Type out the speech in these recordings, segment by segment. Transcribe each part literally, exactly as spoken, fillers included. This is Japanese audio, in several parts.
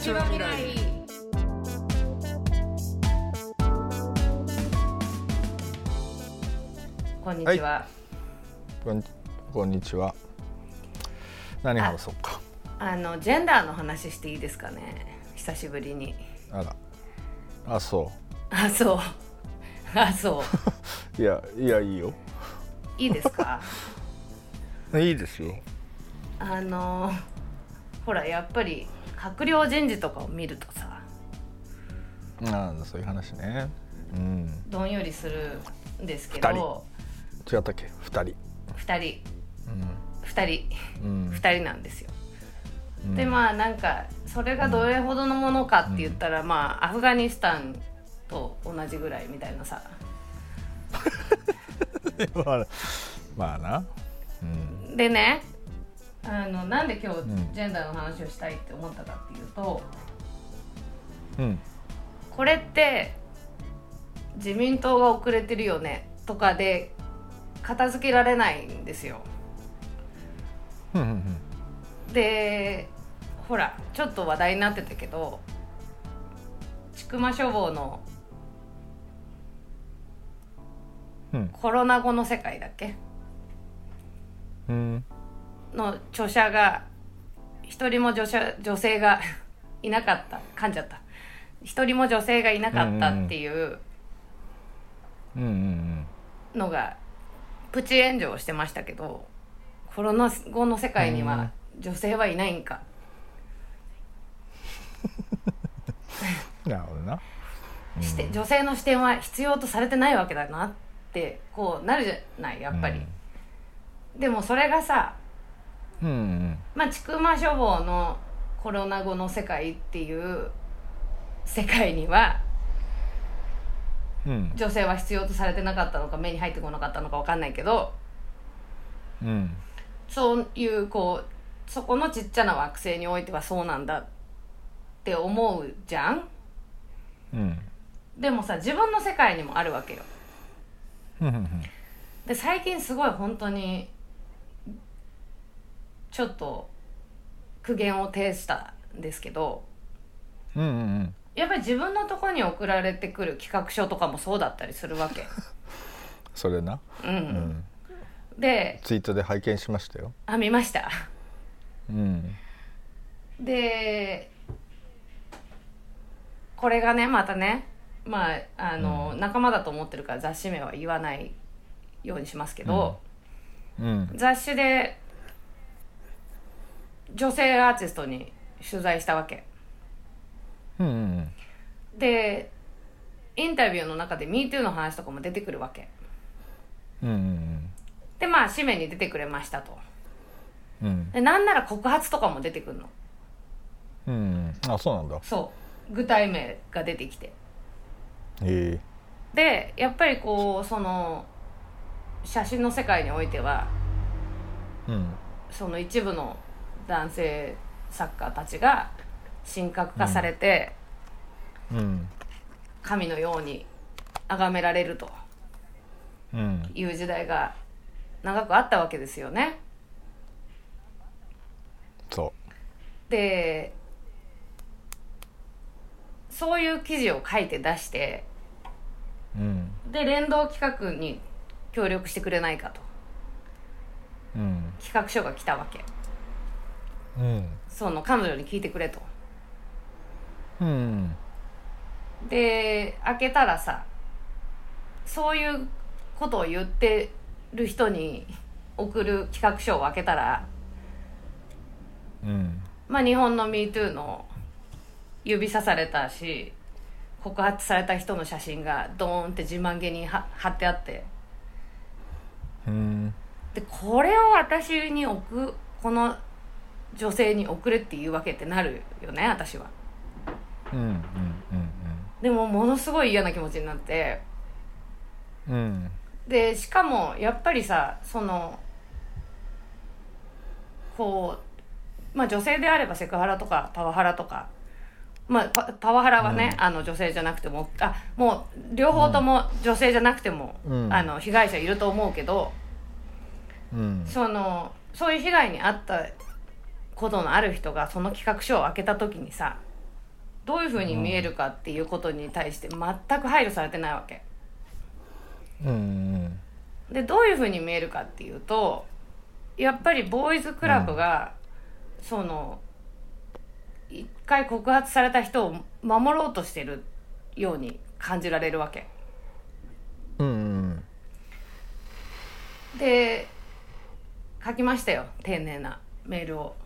ちは未来。こんにちは、はい、 こん、こんにちは。何話そうか。 あ、あのジェンダーの話していいですかね、久しぶりに。 あら、あ、そうあ、そうあ、そういやいやいいよ。 いいですかいいですよ。 あのほらやっぱり閣僚人事とかを見るとさ、 あ、そういう話ね、うん、 どんよりするんですけど。 ふたり違ったっけ。ふたりふたり、うん、ふたり、うん、ふたりなんですよ、うん、でまあなんかそれがどれほどのものかって言ったら、うん、まあアフガニスタンと同じぐらいみたいなさまあ、まあな、うん、 でね、あのなんで今日ジェンダーの話をしたいって思ったかっていうと、うん、これって自民党が遅れてるよねとかで片付けられないんですよ。でほらちょっと話題になってたけど、千曲書房のコロナ後の世界だっけ、うん、の著者が一人も 女, 者女性がいなかった、噛んじゃった、一人も女性がいなかったっていうのがプチ炎上してましたけど、コロナ後の世界には女性はいないんかなるほどな、 うん、して女性の視点は必要とされてないわけだなってこうなるじゃないやっぱり、うん、でもそれがさ、うんうん、まあ千曲書房のコロナ後の世界っていう世界には、うん、女性は必要とされてなかったのか目に入ってこなかったのか分かんないけど、うん、そういうこうそこのちっちゃな惑星においてはそうなんだって思うじゃん、うん、でもさ自分の世界にもあるわけよで最近すごい本当にちょっと苦言を呈したんですけど、うんうんうん、やっぱり自分のところに送られてくる企画書とかもそうだったりするわけそれな、うんうん、でツイートで拝見しましたよ。 あ、見ました、うん、でこれがねまたね、まああの、うん、仲間だと思ってるから雑誌名は言わないようにしますけど、うんうん、雑誌で女性アーティストに取材したわけ、うんうん、でインタビューの中で ミートゥー の話とかも出てくるわけ、うんうんうん、でまあ紙面に出てくれましたと、うん、でなんなら告発とかも出てくるの、 うん、あ、そうなんだ。 そう具体名が出てきて、 えー、でやっぱりこうその写真の世界においては、うん、その一部の男性作家たちが神格化されて、うんうん、神のように崇められるという時代が長くあったわけですよね。 そうでそういう記事を書いて出して、うん、で連動企画に協力してくれないかと、うん、企画書が来たわけ、うん、その彼女に聞いてくれと、うん、で開けたらさ、そういうことを言ってる人に送る企画書を開けたら、うん、まあ日本の ミートゥー の指さされたし告発された人の写真がドーンって自慢げに貼ってあって、うん、でこれを私に送くこの女性に送れっていうわけってなるよね私は、うんうんうんうん、でもものすごい嫌な気持ちになって、うん、でしかもやっぱりさそのこう、まあ、女性であればセクハラとかパワハラとか、まあ、パ, パワハラはね、うん、あの女性じゃなくてもあもう両方とも女性じゃなくても、うん、あの被害者いると思うけど、うん、そのそういう被害に遭ったことのある人がその企画書を開けた時にさ、 どういうふうに見えるかっていうことに対して全く配慮されてないわけ、 うん、 でどういうふうに見えるかっていうと、やっぱりボーイズクラブが、うん、その一回告発された人を守ろうとしてるように感じられるわけ、 うんうん、 で書きましたよ、丁寧なメールを。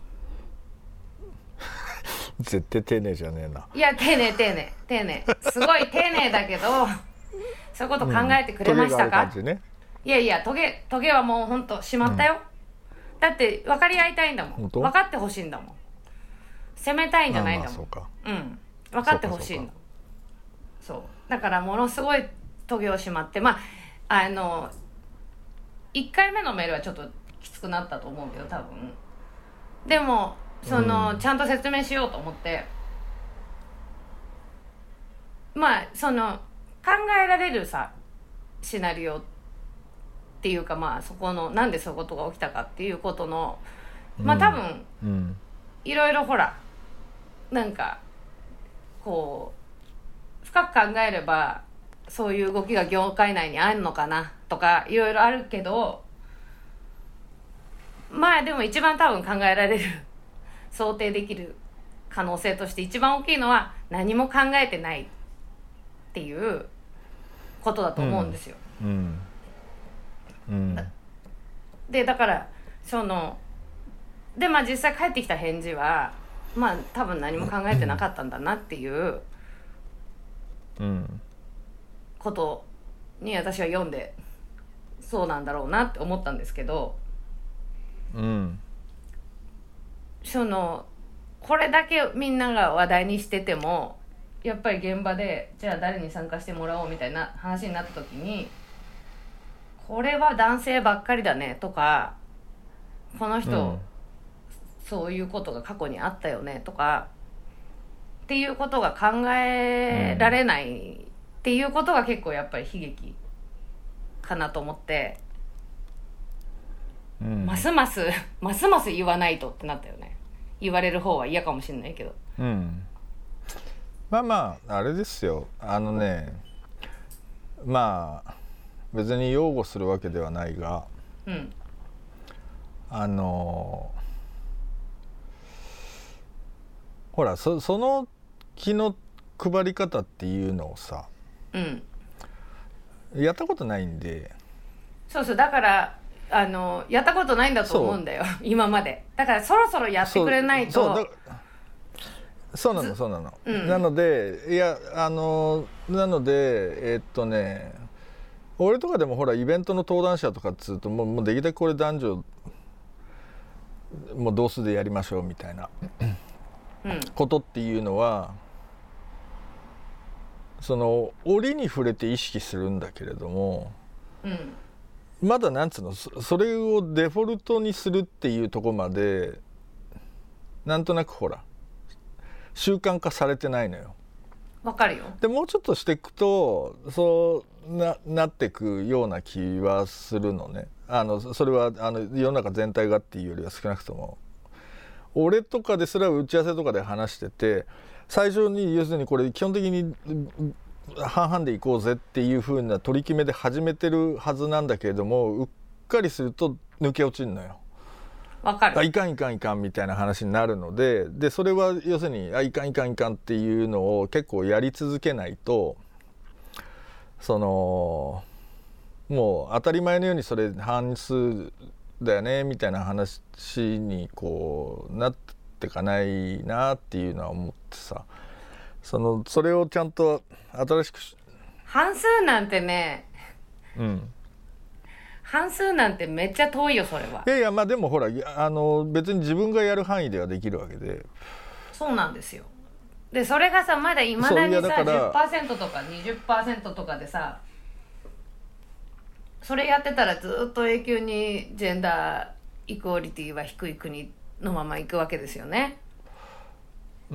絶対丁寧じゃねえな。 いや丁寧丁寧丁寧すごい丁寧だけどそういうこと考えてくれましたか、 うんね、 いやいやトゲトゲはもうほんとしまったよ、うん、だって分かり合いたいんだもん、分かってほしいんだもん、責めたいんじゃないんだもん、 まあまあそうか、 うん、分かってほしいの。そうだからものすごいトゲをしまって、まああのいっかいめのメールはちょっときつくなったと思うけど多分でもその、うん、ちゃんと説明しようと思って、まあその考えられるさシナリオっていうか、まあそこのなんでそういうことが起きたかっていうことの、まあ多分、うん、いろいろほらなんかこう深く考えればそういう動きが業界内にあるのかなとかいろいろあるけど、まあでも一番多分考えられる想定できる可能性として一番大きいのは何も考えてないっていうことだと思うんですよ、 うんうん、 だでだからそのでまあ実際返ってきた返事はまあ多分何も考えてなかったんだなっていうことに私は読んでそうなんだろうなって思ったんですけど、 うん、 そのこれだけみんなが話題にしててもやっぱり現場でじゃあ誰に参加してもらおうみたいな話になった時にこれは男性ばっかりだねとかこの人、うん、そういうことが過去にあったよねとかっていうことが考えられないっていうことが結構やっぱり悲劇かなと思って、うん、ますますますます言わないとってなったよね。言われる方は嫌かもしれないけど、 うん、まあまああれですよ、あのねまあ別に擁護するわけではないが、 うん、 あのほら そ, その気の配り方っていうのをさ、 うん、 やったことないんで。 そうそうだからあのやったことないんだと思うんだよ今まで。だからそろそろやってくれないと。 そうそうなのそうなの、うん、なのでいやあのなのでえー、っとね俺とかでもほらイベントの登壇者とかっつうともう、もうできるだけこれ男女もう同数でやりましょうみたいな、うん、ことっていうのはその折に触れて意識するんだけれども、 うんまだなんつうの そ, それをデフォルトにするっていうところまでなんとなくほら習慣化されてないのよ。 わかるよ。 でもうちょっとしていくとそう な, なっていくような気はするのね。あのそれはあの世の中全体がっていうよりは少なくとも俺とかですら打ち合わせとかで話してて最初に要するにこれ基本的に半々でいこうぜっていう風な取り決めで始めてるはずなんだけれどもうっかりすると抜け落ちるのよ。 わかる。 あいかんいかんいかんみたいな話になるので、でそれは要するにあいかんいかんいかんっていうのを結構やり続けないとそのもう当たり前のようにそれ半数だよねみたいな話にこうなってかないなっていうのは思ってさ、そのそれをちゃんと新しく半数なんてね、 うん、 半数なんてめっちゃ遠いよそれは。 いやいやまあでもほらあの別に自分がやる範囲ではできるわけで。 そうなんですよ。でそれがさまだいまだにさ じゅっパーセント とか にじゅっパーセント とかでさそれやってたらずっと永久にジェンダーイクオリティは低い国のままいくわけですよね。 うん。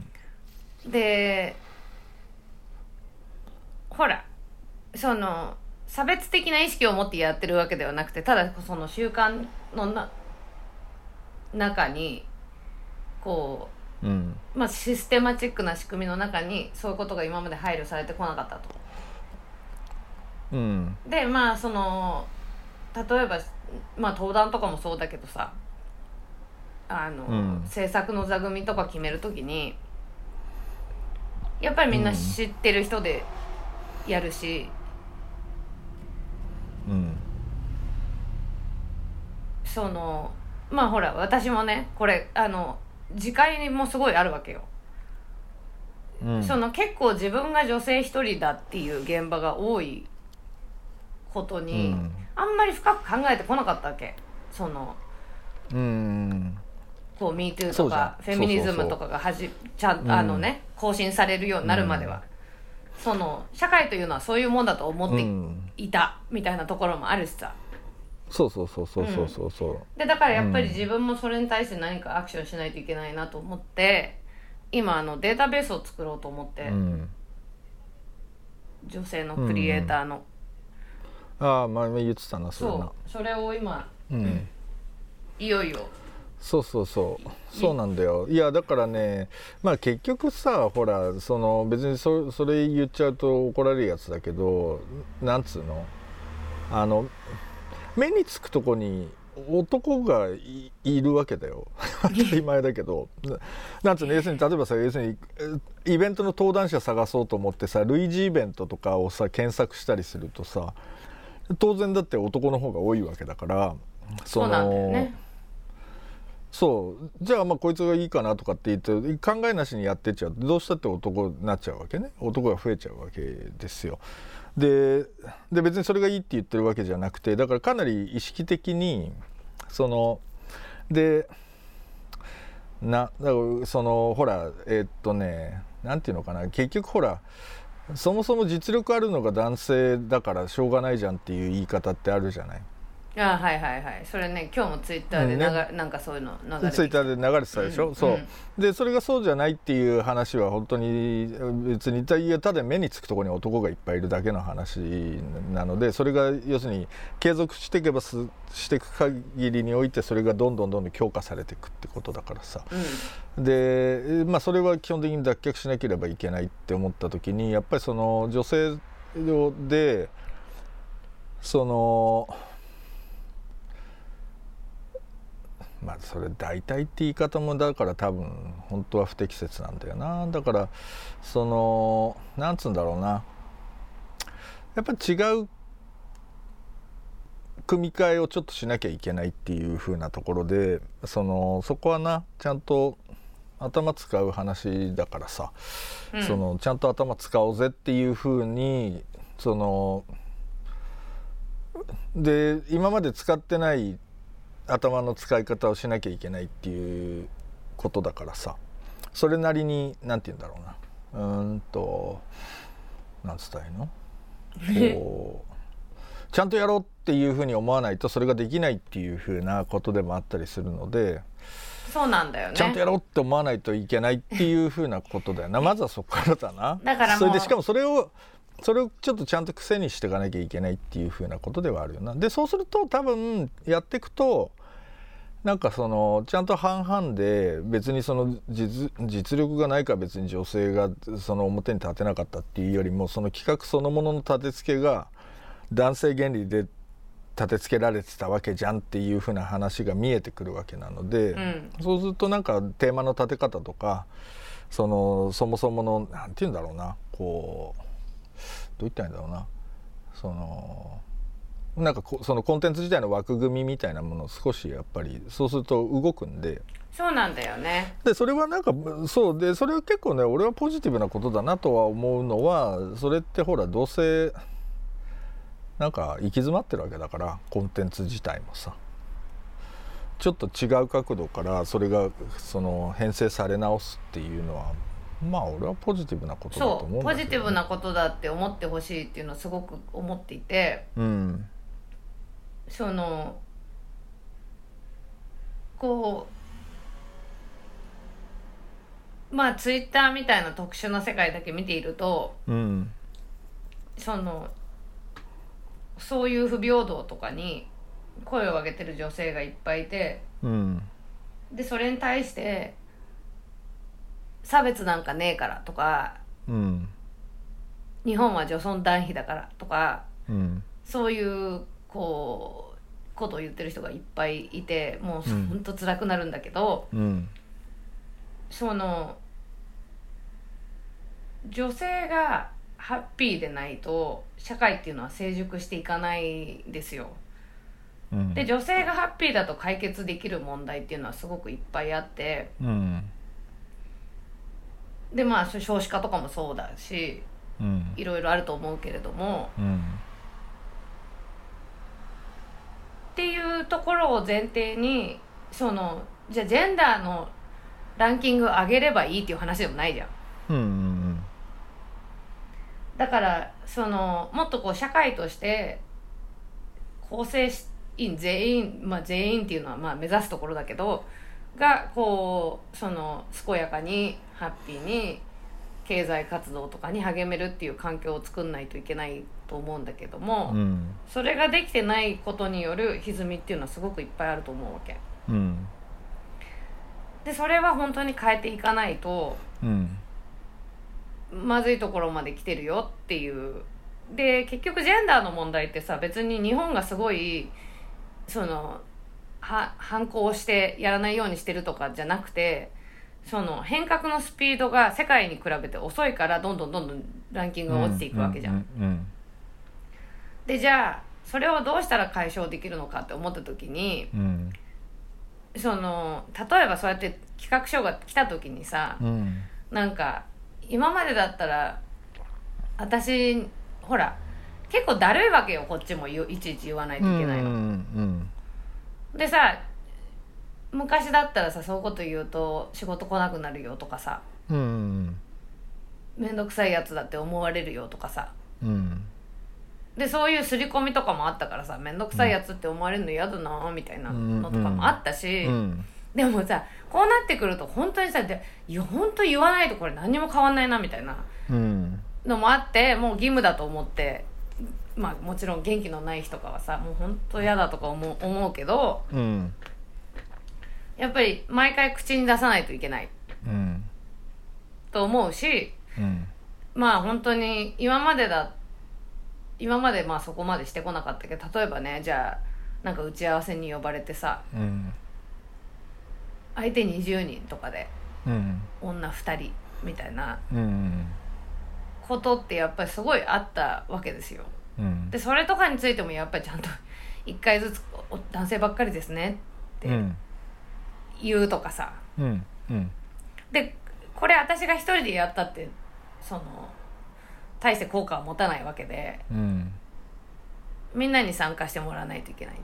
でほらその差別的な意識を持ってやってるわけではなくてただその習慣のな中にこうん、 まあ、システマチックな仕組みの中にそういうことが今まで配慮されてこなかったと、 うん、 でまあその例えば、まあ、登壇とかもそうだけどさ、あの、うん、制作の座組とか決めるときにやっぱりみんな知ってる人でやるし、 うん、 そのまあほら私もねこれあの次回もすごいあるわけよ、うん、その結構自分が女性一人だっていう現場が多いことに、うん、あんまり深く考えてこなかったわけ。そのうんこう ミートゥー とかフェミニズムとかがはじちゃんあのね、うん、更新されるようになるまでは、うん、その社会というのはそういうもんだと思っていたみたいなところもあるしさ、 そうそうそうそうそうそうそう、うん、 でだからやっぱり自分もそれに対して何かアクションしないといけないなと思って今あのデータベースを作ろうと思って、うん、女性のクリエイターの、 うん、ああまあ言ってたなそれな。 そうそれを今、うん、いよいよそうそうそうそうなんだよ。いやだからねまあ結局さほらその別に そ, それ言っちゃうと怒られるやつだけどなんつうのあの目につくとこに男が い, いるわけだよ当たり前だけどなんつうの要するに例えばさ要するにイベントの登壇者探そうと思ってさ類似イベントとかをさ検索したりするとさ当然だって男の方が多いわけだからそのそうなんだよね。 そうじゃあまあこいつがいいかなとかって言って考えなしにやってっちゃうとどうしたって男になっちゃうわけね。男が増えちゃうわけですよ。で, で別にそれがいいって言ってるわけじゃなくてだからかなり意識的にそのでなだからそのほらえー、っとねなんていうのかな結局ほらそもそも実力あるのが男性だからしょうがないじゃんっていう言い方ってあるじゃない。 あはいはいはいそれね今日もツイッターで流、うんね、なんかそういうの流れてツイッターで流れてたでしょ、うん、そう、うん、でそれがそうじゃないっていう話は本当に別にいやただ目につくところに男がいっぱいいるだけの話なのでそれが要するに継続していけばすしていく限りにおいてそれがどんどんどんどん強化されていくってことだからさ、うん、でまあそれは基本的に脱却しなければいけないって思った時にやっぱりその女性でそのまあそれ大体って言い方もだから多分本当は不適切なんだよな。だからそのなんつうんだろうなやっぱ違う組み替えをちょっとしなきゃいけないっていう風なところでそのそこはなちゃんと頭使う話だからさ、うん、そのちゃんと頭使おうぜっていう風にそので今まで使ってない頭の使い方をしなきゃいけないっていうことだからさそれなりになんて言うんだろうなうーんとなんつったらいいのこうちゃんとやろうっていうふうに思わないとそれができないっていうふうなことでもあったりするのでそうなんだよねちゃんとやろうって思わないといけないっていうふうなことだよなまずはそこからだな。 だからもうそれでしかもそれをそれをちょっとちゃんと癖にしていかなきゃいけないっていうふうなことではあるよな。でそうすると多分やっていくとなんかそのちゃんと半々で別にその 実, 実力がないから別に女性がその表に立てなかったっていうよりもその企画そのものの立て付けが男性原理で立て付けられてたわけじゃんっていう風な話が見えてくるわけなので、うん、そうするとなんかテーマの立て方とかそのそもそものなんて言うんだろうなこうどう言ったらいいんだろうなそのなんかそのコンテンツ自体の枠組みみたいなものを少しやっぱりそうすると動くんでそうなんだよね。 でそれはなんかそうでそれは結構ね俺はポジティブなことだなとは思うのはそれってほらどうせなんか行き詰まってるわけだからコンテンツ自体もさちょっと違う角度からそれがその編成され直すっていうのはまあ俺はポジティブなことだと思うんだけど、ね、 そうポジティブなことだって思ってほしいっていうのはすごく思っていて、うん、そのこうまあツイッターみたいな特殊な世界だけ見ていると、うん、そのそういう不平等とかに声を上げてる女性がいっぱいいて、うん、でそれに対して差別なんかねえからとか、 うん、 日本は女尊男卑だからとか、 うん、 そういうこうことを言ってる人がいっぱいいて、もうほんと辛くなるんだけど、 うん、 その女性がハッピーでないと社会っていうのは成熟していかないですよ。うん、で女性がハッピーだと解決できる問題っていうのはすごくいっぱいあって、うん、でまあ少子化とかもそうだし、うん、いろいろあると思うけれども、うん、っていうところを前提に、そのじゃあジェンダーのランキング上げればいいっていう話でもないじゃん。うんうんうん、だからそのもっとこう社会として構成員全員、まあ、全員っていうのはまあ目指すところだけどがこうその健やかにハッピーに経済活動とかに励めるっていう環境を作んないといけないと思うんだけども、うん、それができてないことによる歪みっていうのはすごくいっぱいあると思うわけ、うん、でそれは本当に変えていかないと、うん、まずいところまで来てるよっていう。で結局ジェンダーの問題ってさ、別に日本がすごいそのは反抗してやらないようにしてるとかじゃなくて、その変革のスピードが世界に比べて遅いからどんどんどんどんランキングが落ちていくわけじゃん、うんうんうん、でじゃあそれをどうしたら解消できるのかって思った時に、うん、その例えばそうやって企画書が来た時にさ、うん、なんか今までだったら私ほら結構だるいわけよ、こっちもいちいち言わないといけないの、うんうんうん、でさ昔だったらさそういうこと言うと仕事来なくなるよとかさ、うんうん、めんどくさいやつだって思われるよとかさ、うん、でそういう刷り込みとかもあったからさ、めんどくさいやつって思われるの嫌だなみたいなのとかもあったし、うんうん、でもさこうなってくると本当にさ、でいや本当言わないとこれ何にも変わんないなみたいなのもあって、もう義務だと思って、まあもちろん元気のない日とかはさもう本当嫌だとか思う、思うけど、うん、やっぱり毎回口に出さないといけない、うん、と思うし、うん、まあ本当に今までだ今までまあそこまでしてこなかったけど、例えばね、じゃあなんか打ち合わせに呼ばれてさ、うん、相手にじゅうにんとかで、うん、女ふたりみたいなことってやっぱりすごいあったわけですよ、うん、でそれとかについてもやっぱりちゃんといっかいずつ男性ばっかりですねって言うとかさ、うんうん、でこれ私が一人でやったってその大して効果は持たないわけで、うん、みんなに参加してもらわないといけない。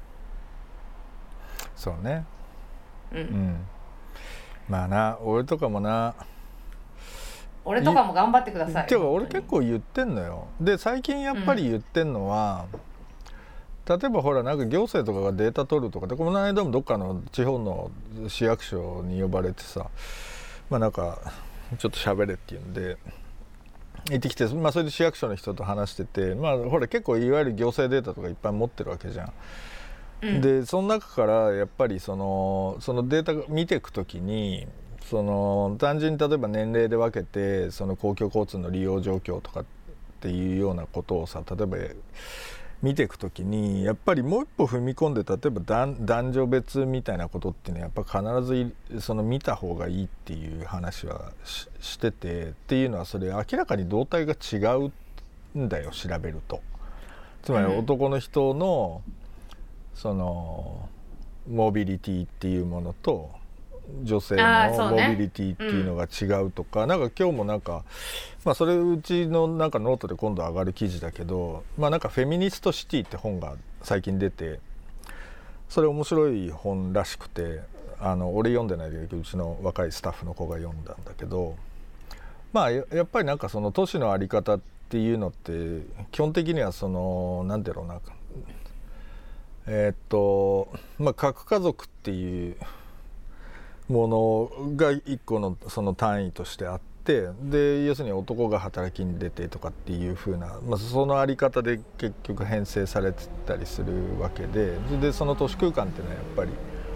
そうね、うん、うん、まあな、俺とかもな、 俺とかも頑張ってください。 てか俺結構言ってんのよ。で最近やっぱり言ってんのは、うん、例えばほらなんか行政とかがデータ取るとかで、この間もどっかの地方の市役所に呼ばれてさ、まあなんかちょっと喋れっていうんで行ってきて、まあ、それで市役所の人と話してて、まあほら結構いわゆる行政データとかいっぱい持ってるわけじゃん、うん、でその中からやっぱりそのそのデータ見ていくときに、その単純に例えば年齢で分けてその公共交通の利用状況とかっていうようなことをさ、例えば見ていくときにやっぱりもう一歩踏み込んで、例えば男女別みたいなことっていうのはやっぱ必ずその見た方がいいっていう話は し, しててっていうのは、それ明らかに動態が違うんだよ、調べると。つまり男の人のそのモビリティっていうものと女性のモビリティっていうのが違うとか、ね、うん、なんか今日もなんか、まあ、それうちのなんかノートで今度上がる記事だけど、まあ、なんかフェミニストシティって本が最近出て、それ面白い本らしくて、あの俺読んでないけどうちの若いスタッフの子が読んだんだけど、まあやっぱりなんかその都市の在り方っていうのって基本的にはそのなんていうのな、えー、っとまあ核家族っていうものが一個のその単位としてあって、で要するに男が働きに出てとかっていう風な、まあ、そのあり方で結局編成されてたりするわけで、でその都市空間っていうのはやっぱり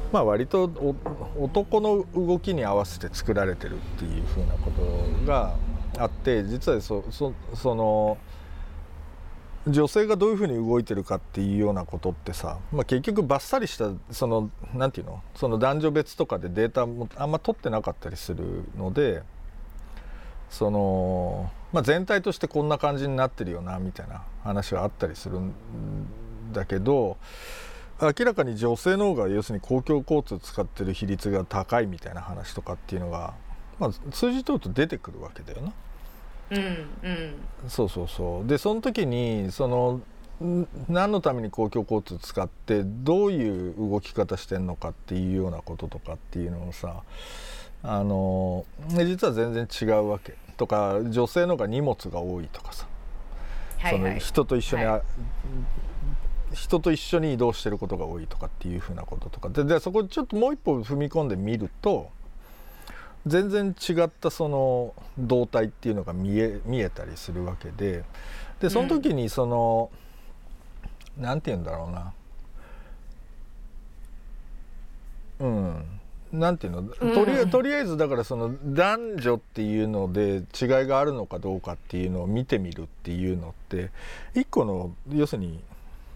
まあ割と男の動きに合わせて作られてるっていうふうなことがあって、実は そ, そ, その女性がどういうふうに動いてるかっていうようなことってさ、まあ、結局バッサリしたそのなんていうのその男女別とかでデータもあんま取ってなかったりするので、その、まあ、全体としてこんな感じになってるよなみたいな話はあったりするんだけど、明らかに女性の方が要するに公共交通使ってる比率が高いみたいな話とかっていうのが、まあ、数字取ると出てくるわけだよな。 うんうん、 そうそうそう。でその時にその何のために公共交通使ってどういう動き方してんのかっていうようなこととかっていうのをさ、あの実は全然違うわけとか、女性の方が荷物が多いとかさ、はいはい、その人と一緒に、はい、人と一緒に移動してることが多いとかっていうふうなこととかで、でそこちょっともう一歩踏み込んでみると全然違ったその動態っていうのが見え、見えたりするわけで、でその時にその、うん、なんて言うんだろうな、うんなんていうの、とりあえず、とりあえずだからその男女っていうので違いがあるのかどうかっていうのを見てみるっていうのって一個の要するに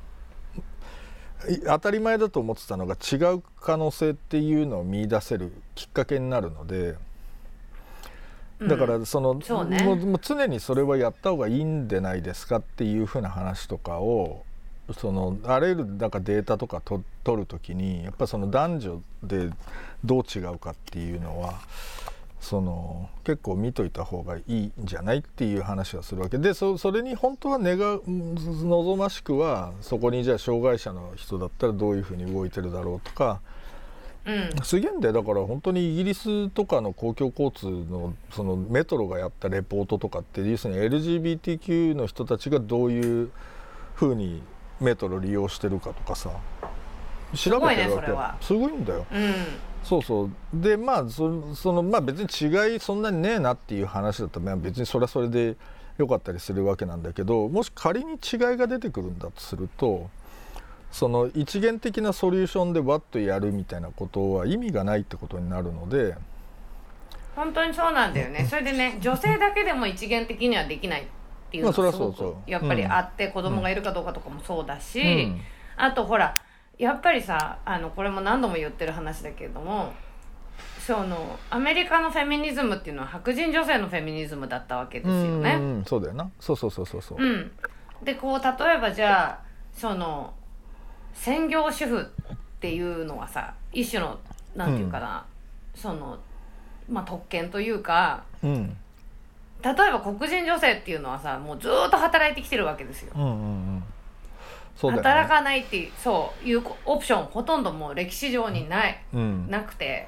当たり前だと思ってたのが違う可能性っていうのを見出せるきっかけになるので、だからその、うんそうね、もうもう常にそれはやった方がいいんでないですかっていうふうな話とかをそのあらゆるなんかデータとかと取るときにやっぱりその男女でどう違うかっていうのはその結構見といた方がいいんじゃないっていう話をするわけで、 そ, それに本当は願う望ましくはそこにじゃあ障害者の人だったらどういうふうに動いてるだろうとか、うん、すげえんでだから本当にイギリスとかの公共交通 の, そのメトロがやったレポートとかって要するに エルジービーティーキュー の人たちがどういうふうにメトロ利用してるかとかさ調べてるわけ。すごいね、それは。すごいんだよ、うん、そうそうでまあ そ, そのまあ別に違いそんなにねえなっていう話だったら別にそれはそれでよかったりするわけなんだけど、もし仮に違いが出てくるんだとするとその一元的なソリューションでワッとやるみたいなことは意味がないってことになるので。 本当にそうなんだよね。それでね女性だけでも一元的にはできないっていうのがすごくやっぱりあって、子供がいるかどうかとかもそうだし、うん、あとほらやっぱりさあのこれも何度も言ってる話だけれども、そのアメリカのフェミニズムっていうのは白人女性のフェミニズムだったわけですよね。 うん、そうだよな。そうそうそうそうそう、 うん、でこう例えばじゃあその専業主婦っていうのはさ一種のなんていうかな、うん、そのまあ特権というか、うん、例えば黒人女性っていうのはさもうずっと働いてきてるわけですよ。うんうんうんそうだよね、働かないっていうそういうオプションほとんどもう歴史上にない、うん、なくて、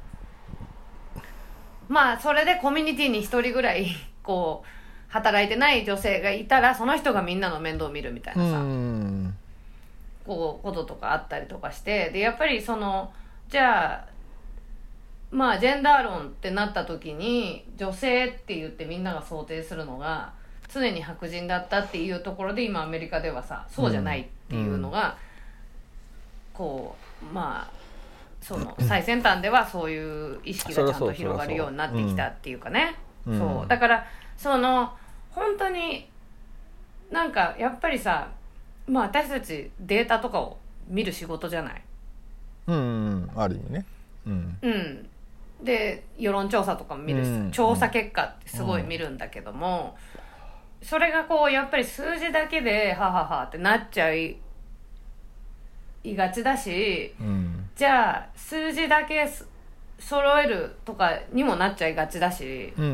まあそれでコミュニティに一人ぐらいこう働いてない女性がいたらその人がみんなの面倒を見るみたいなさ、うん、こうこととかあったりとかして、でやっぱりそのじゃあまあジェンダー論ってなった時に女性って言ってみんなが想定するのが常に白人だったっていうところで今アメリカではさそうじゃないっていうのが、うん、こうまあその最先端ではそういう意識がちゃんと広がるようになってきたっていうかね、うん、そうだからその本当になんかやっぱりさまあ私たちデータとかを見る仕事じゃない。 うん、うん、ある意味ね。うん、 うんで世論調査とかも見るし、うん、調査結果ってすごい見るんだけども、うん、それがこうやっぱり数字だけではははってなっちゃいがちだし、うん、じゃあ数字だけ揃えるとかにもなっちゃいがちだし、うんうん、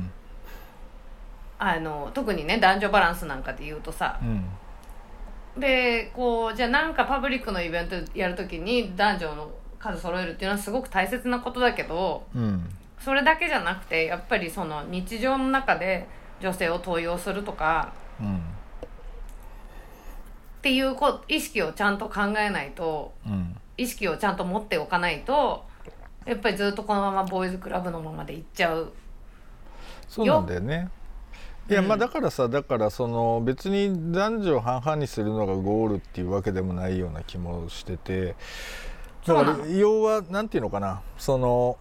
あの特にね男女バランスなんかで言うとさ、うん、でこうじゃあなんかパブリックのイベントやるときに男女の数揃えるっていうのはすごく大切なことだけど、うん、それだけじゃなくてやっぱりその日常の中で女性を登用するとか、うん、っていうこ意識をちゃんと考えないと、うん、意識をちゃんと持っておかないとやっぱりずっとこのままボーイズクラブのままでいっちゃう。 そうなんだよね。いやまあだからさ、だからその別に男女半々にするのがゴールっていうわけでもないような気もしてて、 だから要はなんていうのかな、その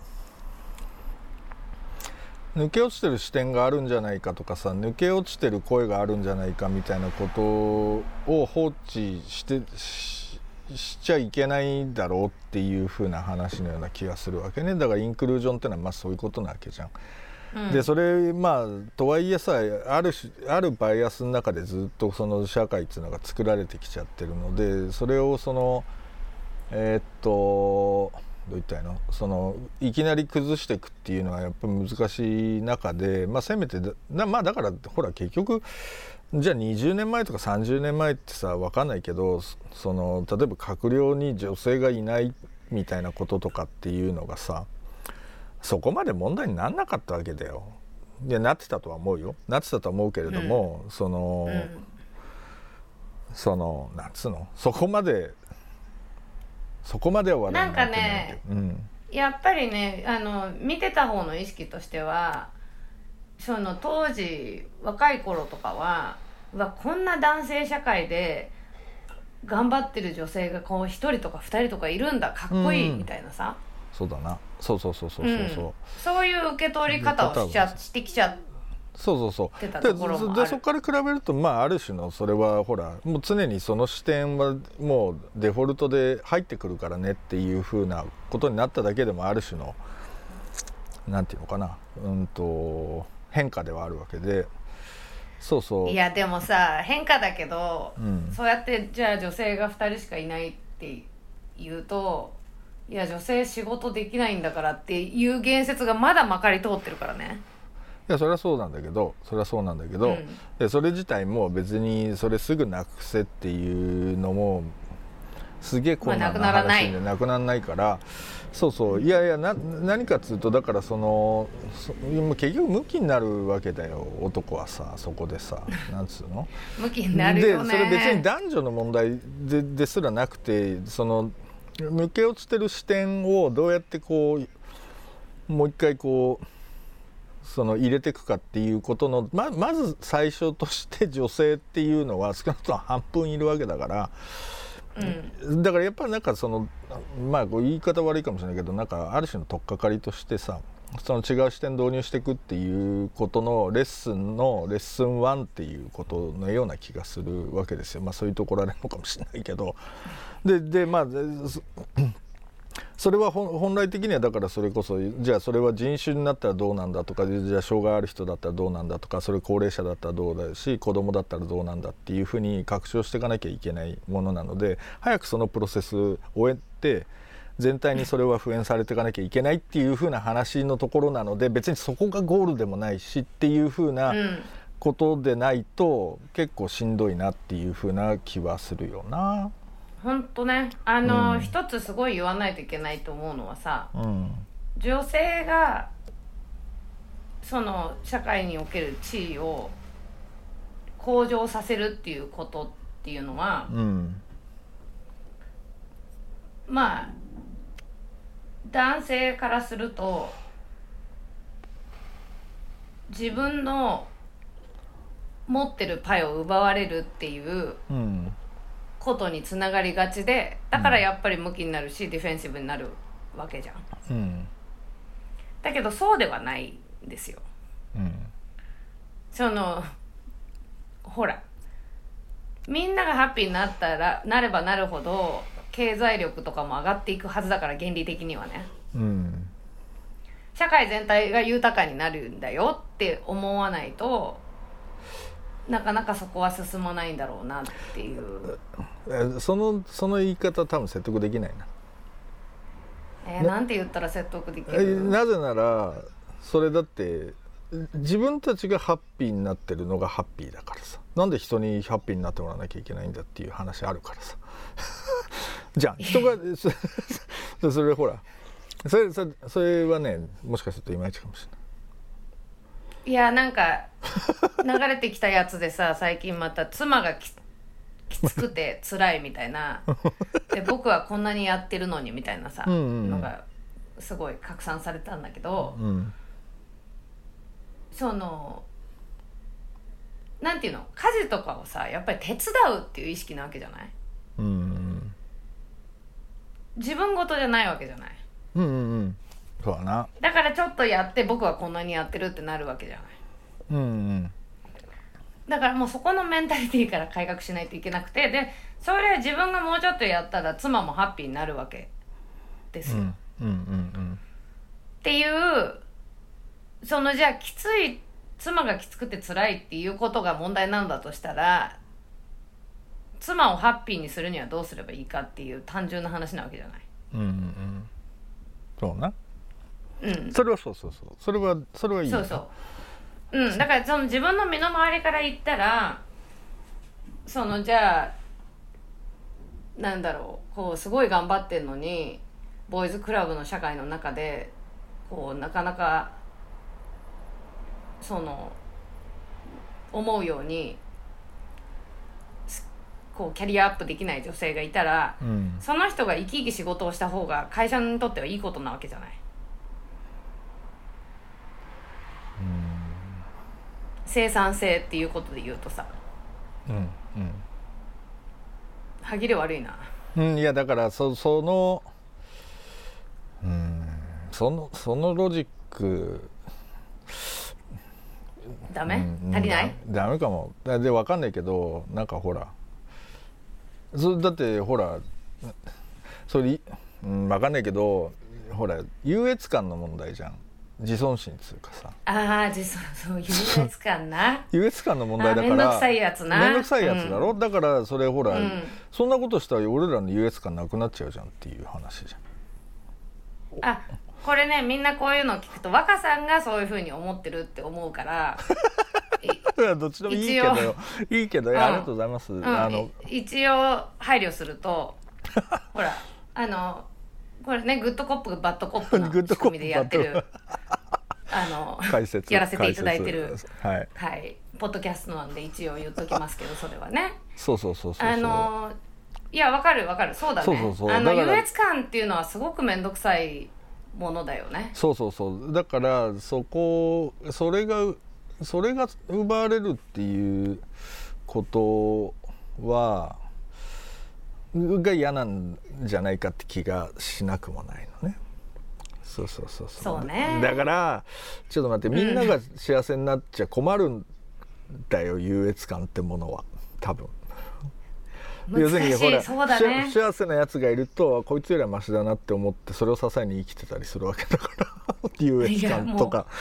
抜け落ちてる視点があるんじゃないかとかさ、抜け落ちてる声があるんじゃないかみたいなことを放置してし, しちゃいけないだろうっていう風な話のような気がするわけね。だからインクルージョンってのはまあそういうことなわけじゃん。うん、でそれまあとはいえさ、あるあるバイアスの中でずっとその社会っていうのが作られてきちゃってるので、それをそのえー、っとどう言ったらいいの、そのいきなり崩していくっていうのはやっぱり難しい中で、まあ、せめてだ、まあ、だからほら結局じゃあにじゅうねんまえとかさんじゅうねんまえってさ分かんないけど、その例えば閣僚に女性がいないみたいなこととかっていうのがさ、そこまで問題にならなかったわけだよ。でなってたとは思うよ、なってたとは思うけれども、うん、その、うん、そのなんつうの、そこまでそこまでは話題になってないけど、なんかね、うん、 やっぱりね、あの見てた方の意識としては、その当時若い頃とかは、うわこんな男性社会で頑張ってる女性がこうひとりとかふたりとかいるんだ、かっこいいみたいなさ、 うん、そうだな、そうそうそうそうそうそう、うん、 そういう受け取り方をしちゃしてきちゃって、 そうそうそうで, でそこから比べると、まあある種のそれはほらもう常にその視点はもうデフォルトで入ってくるからねっていう風なことになっただけでも、ある種のなんていうのかな、うんと変化ではあるわけで、そうそう。 いやでもさ、変化だけど、うん、そうやってじゃあ女性がふたりしかいないって言うと、いや女性仕事できないんだからっていう言説がまだまかり通ってるからね。 いやそれはそうなんだけどそれはそうなんだけど、うん、でそれ自体も別にそれすぐなくせっていうのもすげえ困難な話でなくならないから、そうそう、いやいやな何かっつうと、だからそのそ結局ムキになるわけだよ、男はさ、そこでさ、なんつうのムキになるよね。 でそれ別に男女の問題 で, ですらなくて、その抜け落ちてる視点をどうやってこうもう一回こうその入れていくかっていうことの ま, まず最初として、女性っていうのは少なくとも半分いるわけだから、うん、だからやっぱりなんかそのまあ言い方悪いかもしれないけど、なんかある種の取っかかりとしてさ、その違う視点導入していくっていうことのレッスンのレッスンワンっていうことのような気がするわけですよ。まあそういうところあるのかもしれないけど、ででまあそれは本来的にはだからそれこそ、じゃあそれは人種になったらどうなんだとか、じゃあ障害ある人だったらどうなんだとか、それ高齢者だったらどうだし、子供だったらどうなんだっていうふうに拡張していかなきゃいけないものなので、早くそのプロセスを終えて全体にそれは普遍されていかなきゃいけないっていうふうな話のところなので、別にそこがゴールでもないしっていうふうなことでないと結構しんどいなっていうふうな気はするよな。 ほんとね、あの、うん、一つすごい言わないといけないと思うのはさ、うん、女性がその社会における地位を向上させるっていうことっていうのは、うん、まあ男性からすると自分の持ってるパイを奪われるっていう、うんことにつながりがちで、だからやっぱりムキになるし、うん、ディフェンシブになるわけじゃん、うん、だけどそうではないんですよ、うん、そのほらみんながハッピーになったらなればなるほど経済力とかも上がっていくはずだから、原理的にはね、うん、社会全体が豊かになるんだよって思わないとなかなかそこは進まないんだろうなっていう。 そのその言い方多分説得できないな。 えー、なんて言ったら説得できる？ なぜならそれだって自分たちがハッピーになってるのがハッピーだからさ、なんで人にハッピーになってもらわなきゃいけないんだっていう話あるからさじゃあ人がそれほらそれそれそれはね、もしかするといまいちかもしれない。 いやなんか流れてきたやつでさ、最近また妻が き, きつくて辛いみたいなで僕はこんなにやってるのにみたいなさ、うんうん、のがすごい拡散されたんだけど、うん、そのなんていうの、家事とかをさやっぱり手伝うっていう意識なわけじゃない、うんうん、 自分事じゃないわけじゃない。 うんうんうん、そうだな。 だからちょっとやって僕はこんなにやってるってなるわけじゃない。 うんうん。 だからもうそこのメンタリティーから改革しないといけなくて、でそれ自分がもうちょっとやったら妻もハッピーになるわけですよ、うんうんうんうん、 っていうそのじゃあきつい妻がきつくて辛いっていうことが問題なんだとしたら、妻をハッピーにするにはどうすればいいかっていう単純な話なわけじゃない。 うんうんうん、そうな、 うん、 それはそうそうそう、それはそれはいい、 そうそう、うん、だからその自分の身の回りから言ったら、そのじゃあなんだろう、こうすごい頑張ってんのにボーイズクラブの社会の中でこうなかなかその思うようにこうキャリアアップできない女性がいたら、うん、その人が生き生き仕事をした方が会社にとってはいいことなわけじゃない。うん、生産性っていうことで言うとさ、うんうん、歯切れ悪いな。 うん、いやだからそそのうんそのそのロジックダメ、うん、足りない？ ダメかも。で分かんないけど、なんかほらそだってほらそれ、うん、分かんないけどほら優越感の問題じゃん、自尊心っていうかさ。 ああ、自尊、そう優越感な優越感の問題だからめんどくさいやつな、 めんどくさいやつだろ、うん、だからそれほら、 うん、 そんなことしたら俺らの優越感なくなっちゃうじゃんっていう話じゃん。あ、これね、みんなこういうの聞くと若さんがそういう風に思ってるって思うからどっちでもいいけどよ、いいけど、うん、ありがとうございます、うん、あの一応配慮するとほらあのこれね、グッドコップバッドコップの仕組みでやってるあの解説やらせていただいてる、 はい、 はい、ポッドキャストなんで一応言っときますけど、それはねそうそうそうそう、 あのいやわかるわかる、そうだね、そうそうそう、あの優越感っていうのはすごくめんどくさいものだよね。 そうそうそう、だからそこそれがそれが奪われるっていうことはが嫌なんじゃないかって気がしなくもないのね。そうそうそうそう、 そうね、 だからちょっと待って、みんなが幸せになっちゃ困るんだよ、うん、優越感ってものは多分。要するにほら、 そうだね、 不幸せなやつがいるとこいつよりはマシだなって思ってそれを支えに生きてたりするわけだから優越感とか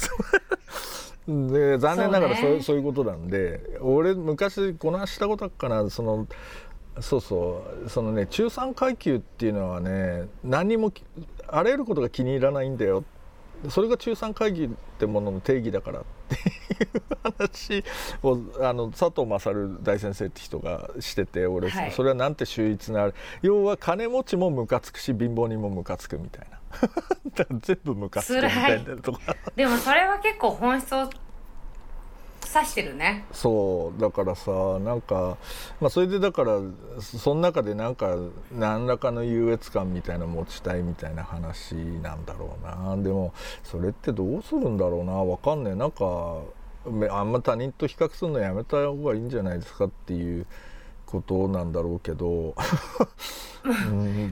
で残念ながらそう、ね、そういうことなんで、俺昔この話したことあるかな、そのそうそうそのね、中産階級っていうのはね、何もあらゆることが気に入らないんだよ、それが中産階級ってものの定義だからっていう話をあの佐藤勝大先生って人がしてて、俺、はい、それはなんて秀逸な、要は金持ちもムカつくし貧乏人もムカつくみたいなだから全部ムカつくみたいなとかでもそれは結構本質を指してるね。 そうだからさ、なんか、まあ、それでだからその中でなんか何らかの優越感みたいな持ちたいみたいな話なんだろうな。でもそれってどうするんだろうな、わかんねえ。なんかあんま他人と比較するのやめた方がいいんじゃないですかっていうことなんだろうけどうん、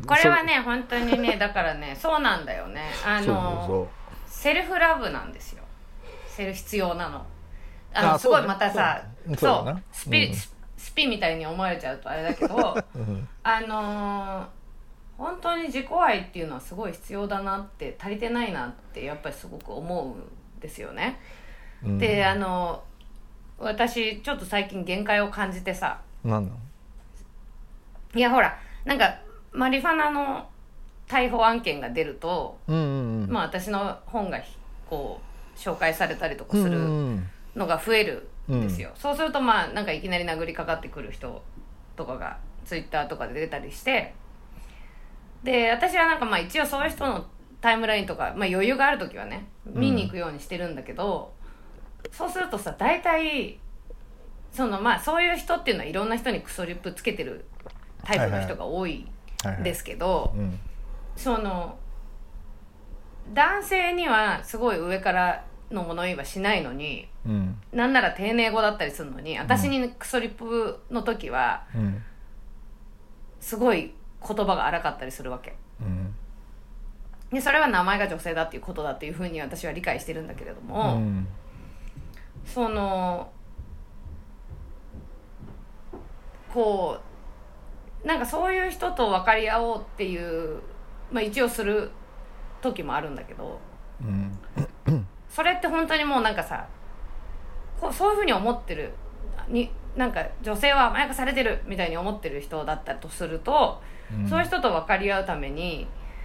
これはね本当にね、だからねそうなんだよね、あのそうそうそう、セルフラブなんですよ、セルフ必要なの。あのあすごいまたさ、そう、そうそうスピ、うん、スピみたいに思われちゃうとあれだけど、うん、あのー、本当に自己愛っていうのはすごい必要だなって、足りてないなってやっぱりすごく思うんですよね、うん、であの私ちょっと最近限界を感じてさ。 何なの？ いやほらなんかマリファナの逮捕案件が出ると、うんうんうん、まあ私の本がこう紹介されたりとかするのが増えるんですよ、うん、そうするとまあなんかいきなり殴りかかってくる人とかがツイッターとかで出たりして、で私はなんかまあ一応そういう人のタイムラインとか、まあ、余裕がある時はね見に行くようにしてるんだけど、うん、そうするとさ大体そのまあそういう人っていうのはいろんな人にクソリップつけてるタイプの人が多いんですけど、その男性にはすごい上からの物言いはしないのに、うん、なんなら丁寧語だったりするのに、私にクソリップの時は、うん、すごい言葉が荒かったりするわけ、 うん、 でそれは名前が女性だっていうことだっていうふうに私は理解してるんだけれども、うん、そのこうなんかそういう人と分かり合おうっていう、まあ、一応する時もあるんだけど、うん、それって本当にもうなんかさこうそういうふうに思ってるになんか女性は甘やかされてるみたいに思ってる人だったとすると、うん、そういう人と分かり合うために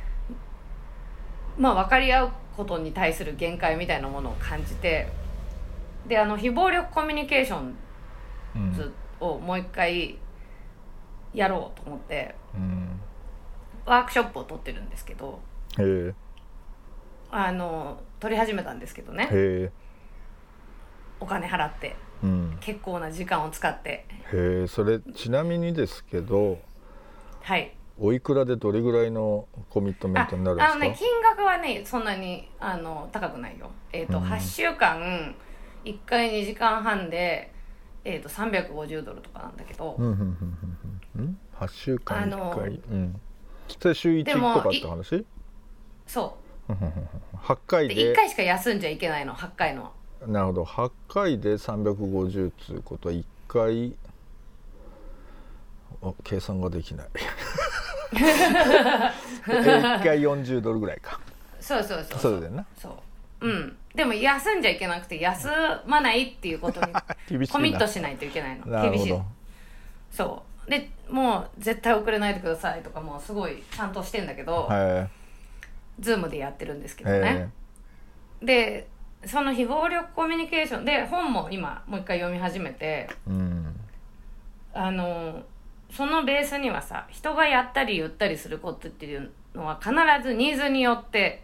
まあ分かり合うことに対する限界みたいなものを感じて、であの非暴力コミュニケーションズをもう一回やろうと思って、うん、ワークショップを取ってるんですけど、へあの取り始めたんですけどね、へお金払って、うん、結構な時間を使って。 へえ、それちなみにですけど、 はい、 おいくらでどれぐらいのコミットメントになるんですか？ ああの、ね、金額はねそんなにあの高くないよ。えーとうん、はちしゅうかんいっかいにじかんはんで、えー、とさんびゃくごじゅうドルとかなんだけど、うんうんうんうん、はちしゅうかんいっかい、うん、それ週いちとかって話？ そうはちかいででいっかいしか休んじゃいけないの、はちかいの。 なるほど、はちかいでさんびゃくごじゅうっていうことはいっかい計算ができないいっかいよんじゅうドルぐらいか。 そうそうそうそうだよな。 そう、うん、でも休んじゃいけなくて休まないっていうことにコミットしないといけないの。 なるほど。 厳しい。そうでもう絶対遅れないでくださいとかもうすごいちゃんとしてんだけど、ズームでやってるんですけどね。でその非暴力コミュニケーションで本も今もう一回読み始めて、うん、あのそのベースにはさ、人がやったり言ったりすることっていうのは必ずニーズによって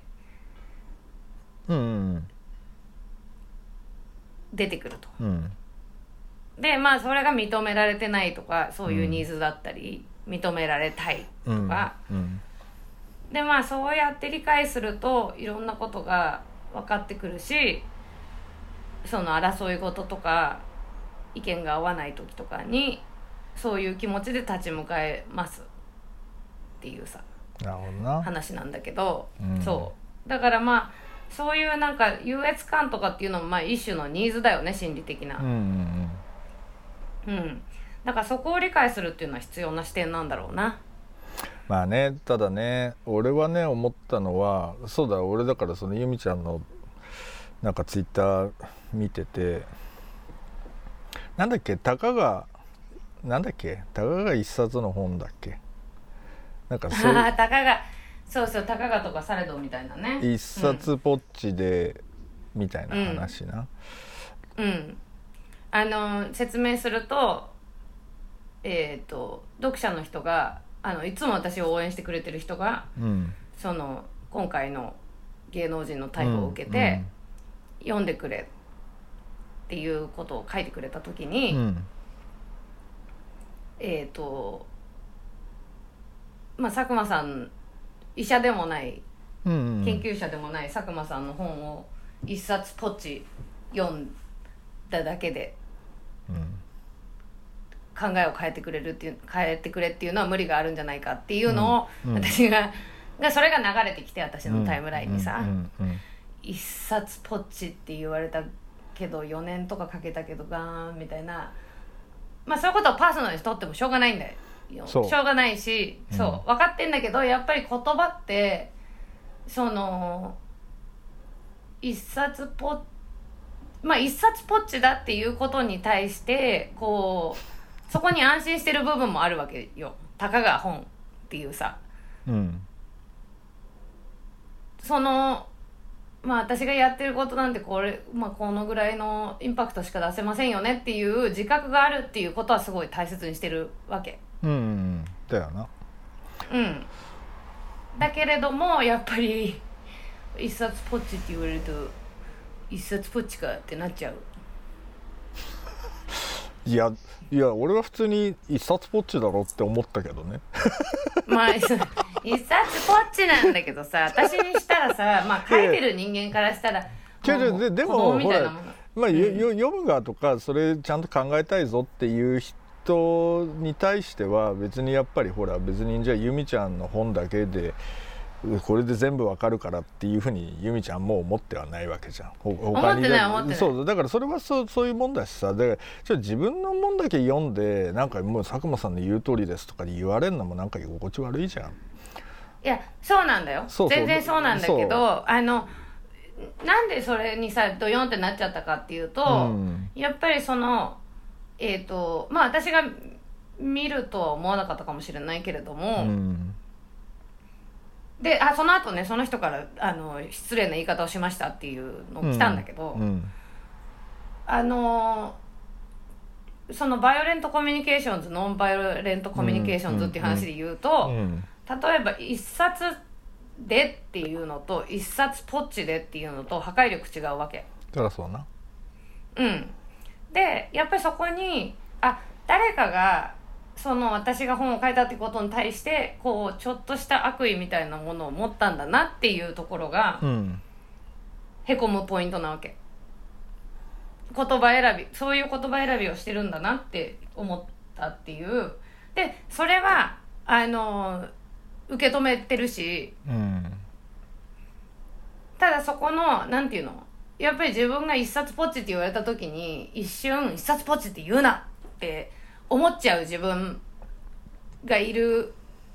出てくると、うん、でまあそれが認められてないとかそういうニーズだったり、うん、認められたいとか、うんうん、でまあそうやって理解するといろんなことが分かってくるし、その争い事とか意見が合わない時とかにそういう気持ちで立ち向かえますっていうさ、 なるほどな話なんだけど、うん、そうだからまあそういうなんか優越感とかっていうのもまあ一種のニーズだよね、心理的な。うんうんうん、うん、だからそこを理解するっていうのは必要な視点なんだろうな。 まあね、ただね俺はね思ったのは、そうだ俺だからそのゆみちゃんのなんかツイッター見てて、なんだっけたかがなんだっけたかが一冊の本だっけ、なんかそうあたかがそうそうたかがとかされどみたいなね、 一冊ぽっちで、うん、みたいな話な。 うん、うん、あの説明するとえっ、ー、と読者の人があのいつも私を応援してくれてる人が、うん、その今回の芸能人の逮捕を受けて、うんうん、読んでくれっていうことを書いてくれた時に、うん、えっ、ー、とまあ佐久間さん医者でもない、うんうんうん、研究者でもない佐久間さんの本を一冊ポチ読んだだけで、うん、考えを変えてくれるっていう変えてくれっていうのは無理があるんじゃないかっていうのを、うんうん、私ががそれが流れてきて私のタイムラインにさ、うんうんうんうん、一冊ポチって言われたけどよねんとかかけたけどガーンみたいな、まあそういうことをパーソナルにとってもしょうがないんだよ。しょうがないし、そう、うん、分かってんだけどやっぱり言葉ってその一冊ポまあ一冊ポッチだっていうことに対してこうそこに安心してる部分もあるわけよ。たかが本っていうさ、うん、そのまあ私がやってることなんてこれ、まあ、このぐらいのインパクトしか出せませんよねっていう自覚があるっていうことはすごい大切にしてるわけ。 うんうん、だよな。 うんだけれどもやっぱり一冊ポッチって言われると一冊ポッチかってなっちゃう。 いやいや俺は普通に一冊ポッチだろって思ったけどね。 まあ一冊ポッチなんだけどさ、私にしたらさ、まあ書いてる人間からしたらもうででもほら、まあ、うん、読む側とかそれちゃんと考えたいぞっていう人に対しては別にやっぱりほら別にじゃあ由美ちゃんの本だけでこれで全部わかるからっていうふうに由美ちゃんも思ってはないわけじゃん。 他に思ってない思ってない。 そうだからそれはそうそういうもんだしさ、でじゃあ自分のもんだけ読んでなんかもう佐久間さんの言う通りですとか言われるのもなんか居心地悪いじゃん。 いやそうなんだよ。そうそう全然そうなんだけど、あのなんでそれにさドヨンってなっちゃったかっていうと、うん、やっぱりそのえっ、ー、とまあ私が見るとは思わなかったかもしれないけれども、うん、であその後ねその人からあの失礼な言い方をしましたっていうのを来たんだけど、うんうん、あのそのバイオレントコミュニケーションズノンバイオレントコミュニケーションズっていう話で言うと、うんうん、例えば一冊でっていうのと一冊ポッチでっていうのと破壊力違うわけ。 そりゃそうな。 うんでやっぱりそこにあ誰かがその私が本を書いたってことに対してこうちょっとした悪意みたいなものを持ったんだなっていうところが、うん、へこむポイントなわけ。言葉選びそういう言葉選びをしてるんだなって思ったっていう。でそれはあの受け止めてるし、うん、ただそこのなんていうのやっぱり自分が一冊ポッチって言われた時に一瞬一冊ポッチって言うなって思っちゃう自分がいる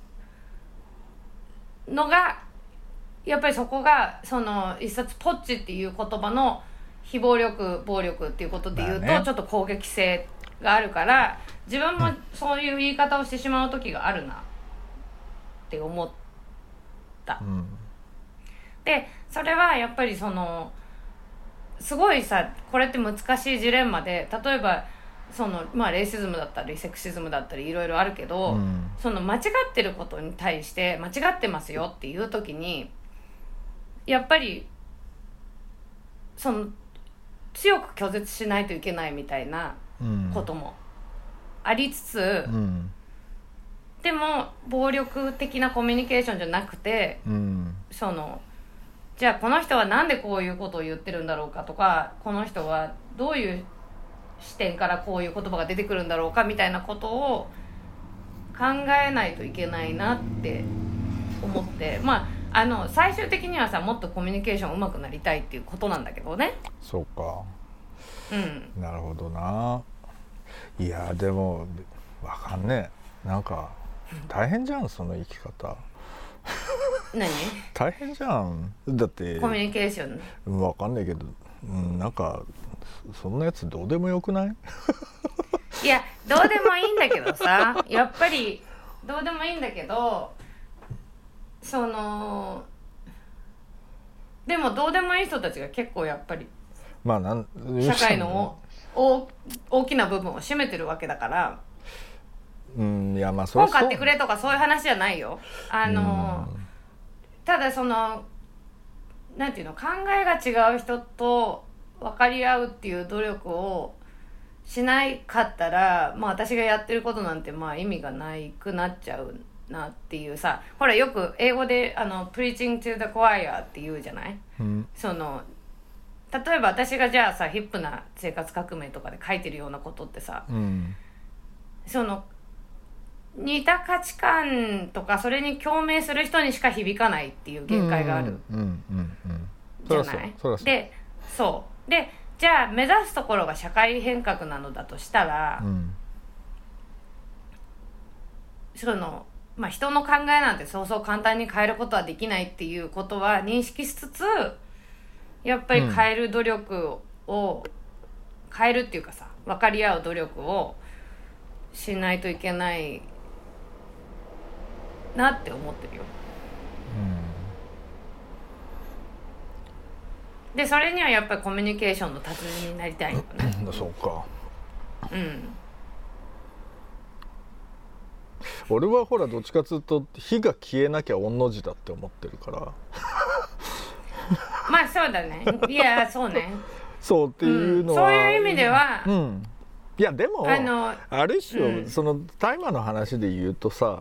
のがやっぱりそこがその一冊ポッチっていう言葉の非暴力暴力っていうことで言うと、まあね、ちょっと攻撃性があるから自分もそういう言い方をしてしまう時があるなって思った、うん、でそれはやっぱりそのすごいさこれって難しいジレンマで例えばそのまあレイシズムだったりセクシズムだったりいろいろあるけど、うん、その間違ってることに対して間違ってますよっていう時にやっぱりその強く拒絶しないといけないみたいなこともありつつ、うん、でも暴力的なコミュニケーションじゃなくて、うん、そのじゃあこの人はなんでこういうことを言ってるんだろうかとかこの人はどういう視点からこういう言葉が出てくるんだろうかみたいなことを考えないといけないなって思ってまああの最終的にはさもっとコミュニケーション上手くなりたいっていうことなんだけどね。 そうか、 うん、 なるほどな。いやでもわかんねえなんか大変じゃんその生き方何大変じゃんだってコミュニケーションわかんないけど、うん、なんかそんなやつどうでもよくないいやどうでもいいんだけどさやっぱりどうでもいいんだけどそのでもどうでもいい人たちが結構やっぱり、まあ、なん社会の大, 大きな部分を占めてるわけだから、 うん、いやまあそれ本買ってくれとかそういう話じゃないよ。あの、うん、ただそのなんていうの考えが違う人と分かり合うっていう努力をしないかったら、まあ、私がやってることなんてまあ意味がないくなっちゃうなっていうさほらよく英語であの preaching to the choir って言うじゃない、うん、その例えば私がじゃあさヒップな生活革命とかで書いてるようなことってさ、うん、その似た価値観とかそれに共鳴する人にしか響かないっていう限界があるじゃない。でそうでじゃあ目指すところが社会変革なのだとしたら、うん、そのまあ、人の考えなんてそうそう簡単に変えることはできないっていうことは認識しつつやっぱり変える努力を、うん、変えるっていうかさ分かり合う努力をしないといけないなって思ってるよ、うん、でそれにはやっぱりコミュニケーションの達人になりたいよねそうかうん俺はほらどっちかというと火が消えなきゃ御の字だって思ってるからまあそうだねいやそうねそうっていうのは、 うん、そういう意味では、 うん、いやでも あ, のある種、うん、その大麻の話で言うとさ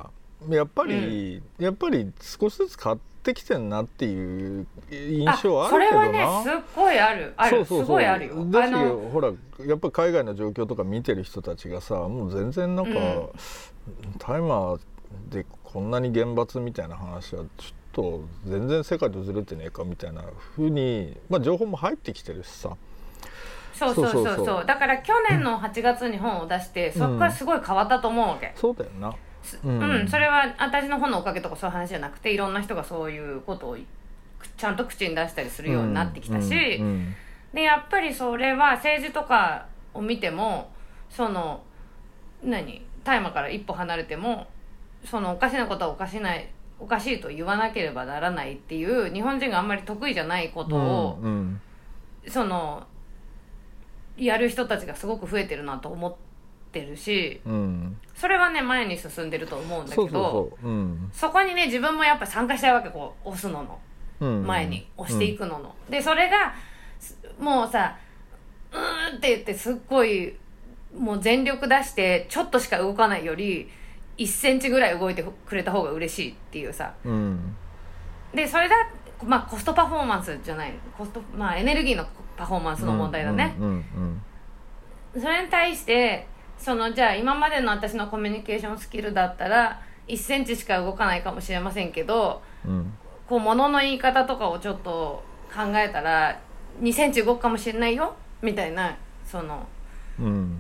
やっぱり、うん、やっぱり少しずつ変わってきてんなっていう印象はあるけどな。 それはねすっごいあるあるそうそうそうすごいあるよ。 だしほらやっぱり海外の状況とか見てる人たちがさもう全然なんか、うん、タイマーでこんなに厳罰みたいな話はちょっと全然世界とずれてねえかみたいな風に、まあ、情報も入ってきてるしさ。 そうそうそうそう。だから去年のはちがつに本を出して、うん、そこからすごい変わったと思うわけ、 うん、そうだよな、 うん、うん、それは私の本のおかげとかそういう話じゃなくていろんな人がそういうことをちゃんと口に出したりするようになってきたし、うんうんうん、でやっぱりそれは政治とかを見てもその何大麻から一歩離れてもそのおかしなことはおかしないおかしいと言わなければならないっていう日本人があんまり得意じゃないことを、うんうん、そのやる人たちがすごく増えてるなと思ってるし、うん、それはね前に進んでると思うんだけど、そうそうそう、うん、そこにね自分もやっぱ参加したいわけこう押すのの、うん、前に押していくのの、うん、でそれがもうさうーんって言ってすっごいもう全力出してちょっとしか動かないよりいっセンチぐらい動いてくれた方が嬉しいっていうさ、うん、でそれだまあコストパフォーマンスじゃないコストまあエネルギーのパフォーマンスの問題だね、うんうんうん、それに対してそのじゃあ今までの私のコミュニケーションスキルだったらいっセンチしか動かないかもしれませんけど、うん、こう物の言い方とかをちょっと考えたらにセンチ動くかもしれないよみたいなその、うん、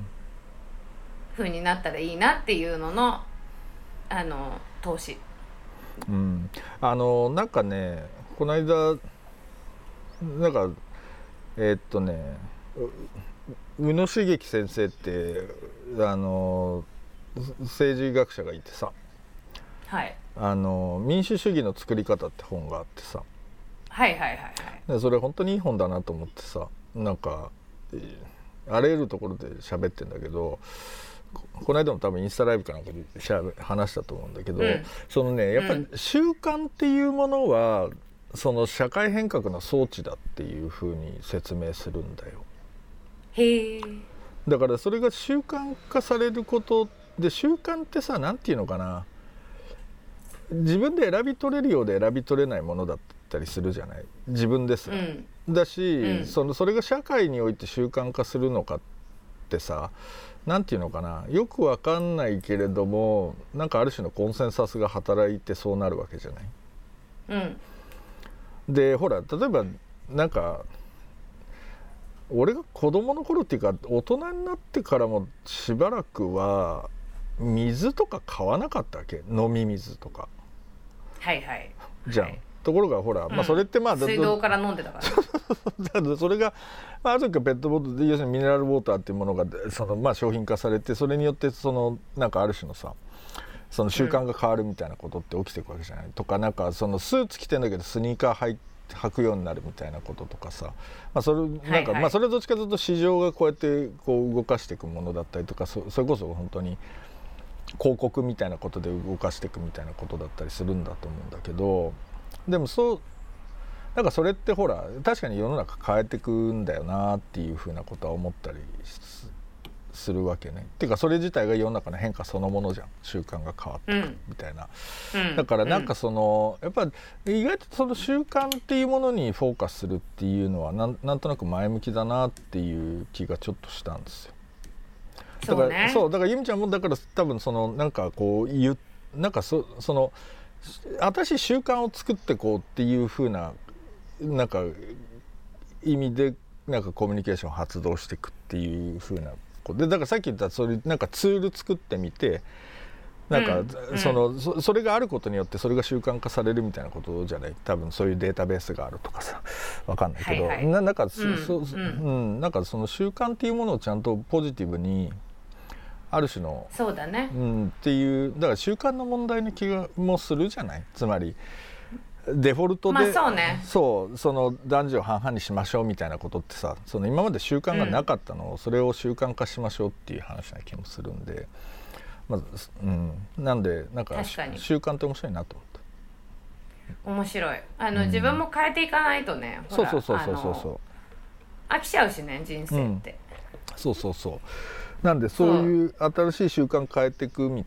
風になったらいいなっていうののあの投資、 うん、あのなんかねこの間なんかえー、っとね宇野茂樹先生ってあの政治学者がいてさ、はい、あの民主主義の作り方って本があってさ、 はいはいはいはい、 でそれ本当にいい本だなと思ってさなんかあらゆるところで喋ってんだけどこの間も多分インスタライブかなんかでしゃべ話したと思うんだけど、うん、そのねやっぱり習慣っていうものは、うんその社会変革の装置だっていうふうに説明するんだよ。 へー。 だからそれが習慣化されることで習慣ってさなんていうのかな自分で選び取れるようで選び取れないものだったりするじゃない自分ですら、うん、だし、うん、そのそれが社会において習慣化するのかってさなんていうのかなよくわかんないけれどもなんかある種のコンセンサスが働いてそうなるわけじゃない。うんでほら例えばなんか俺が子供の頃っていうか大人になってからもしばらくは水とか買わなかったわけ飲み水とかはいはいじゃん、 はい、 ところがほら、うん、まあそれってまあ水道から飲んでたからねそれが、まあ、ある時はペットボトルで要するにミネラルウォーターっていうものがその、まあ、商品化されてそれによってそのなんかある種のさその習慣が変わるみたいなことって起きていくわけじゃない、うん、とかなんかそのスーツ着てんだけどスニーカー履い履くようになるみたいなこととかさ、まあ、それなんか、はいはい、まあそれはどっちかというと市場がこうやってこう動かしていくものだったりとか そ, それこそ本当に広告みたいなことで動かしていくみたいなことだったりするんだと思うんだけどでもそうなんかそれってほら確かに世の中変えていくんだよなっていうふうなことは思ったりするわけね。っていうかそれ自体が世の中の変化そのものじゃん習慣が変わってくるみたいな、うん、だからなんかそのやっぱ意外とその習慣っていうものにフォーカスするっていうのはなん、なんとなく前向きだなっていう気がちょっとしたんですよ。だから そうね、そうだからゆみちゃんもだから多分そのなんかこう言なんか そ, その新しい習慣を作ってこうっていう風ななんか意味でなんかコミュニケーションを発動していくっていう風なでだからさっき言ったそれなんかツール作ってみてなんかその、うん、そ, それがあることによってそれが習慣化されるみたいなことじゃない多分そういうデータベースがあるとかさわかんないけど、はいはい、な, なんか、うんそうんうん、なんかその習慣っていうものをちゃんとポジティブにある種のそうだね、 うん、っていうだから習慣の問題の気がもするじゃないつまりデフォルトで、まあそうね、そうその男女半々にしましょうみたいなことってさその今まで習慣がなかったのを、うん、それを習慣化しましょうっていう話な気もするんで、まずうん、なんでなんか習慣って面白いなと思った面白いあの、うん、自分も変えていかないとねそうそうそうそうそうそう飽きちゃうしね人生って、 うん、そうそうそうなんでそういう新しい習慣変えていくみ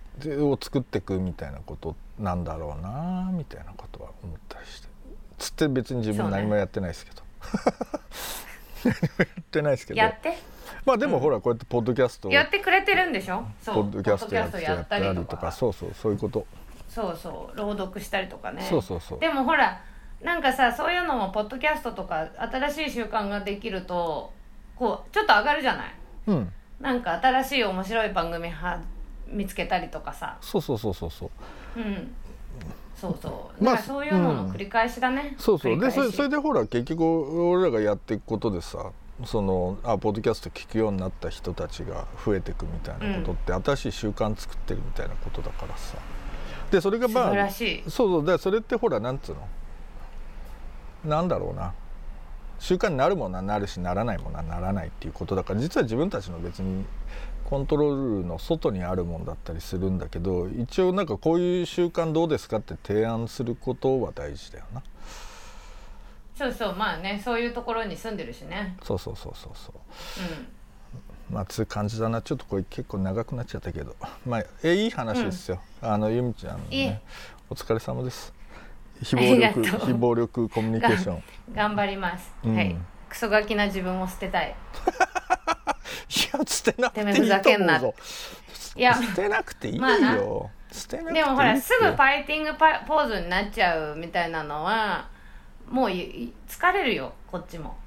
を作っていくみたいなことなんだろうなみたいなことは思ったりして、つって別に自分何もやってないですけど、何もやってないですけど、 やってまあでもほらこうやってポッドキャストやってくれてるんでしょ。そうポッドキャストやってやったりとか、 そうそうそういうこと、 そうそう朗読したりとかね。 そうそうそう。 でもほらなんかさ、そういうのもポッドキャストとか新しい習慣ができるとこうちょっと上がるじゃない。 うん。 なんか新しい面白い番組は見つけたりとかさ。 そうそうそうそうそう。 うん。そうそう。まあそういうのの繰り返しだね。 うん、そうそう。でそれそれでほら結局俺らがやっていくことでさ、そのあポッドキャスト聞くようになった人たちが増えていくみたいなことって、うん、新しい習慣作ってるみたいなことだからさ。でそれがまあ素晴らしい。 そうそう。でそれってほらなんつうのなんだろうな、習慣になるものはなるしならないものはならないっていうことだから、実は自分たちの別にコントロールの外にあるもんだったりするんだけど、一応なんかこういう習慣どうですかって提案することは大事だよな。 そうそう、まあね、そういうところに住んでるしね。 そうそうそうそうそう、 うん、 まあつう感じだな。ちょっとこれ結構長くなっちゃったけど、まあえいい話ですよ、うん、あのゆみちゃん、ね、 いいお疲れ様です。非暴力非暴力コミュニケーション頑張ります、うん、はい。クソガキな自分を捨てたい。 いや捨てなくていいと思うぞ。いや捨てなくていいよ、まあ、捨てなくていいって。 でもほらすぐファイティングポーズになっちゃうみたいなのはもう疲れるよこっちも。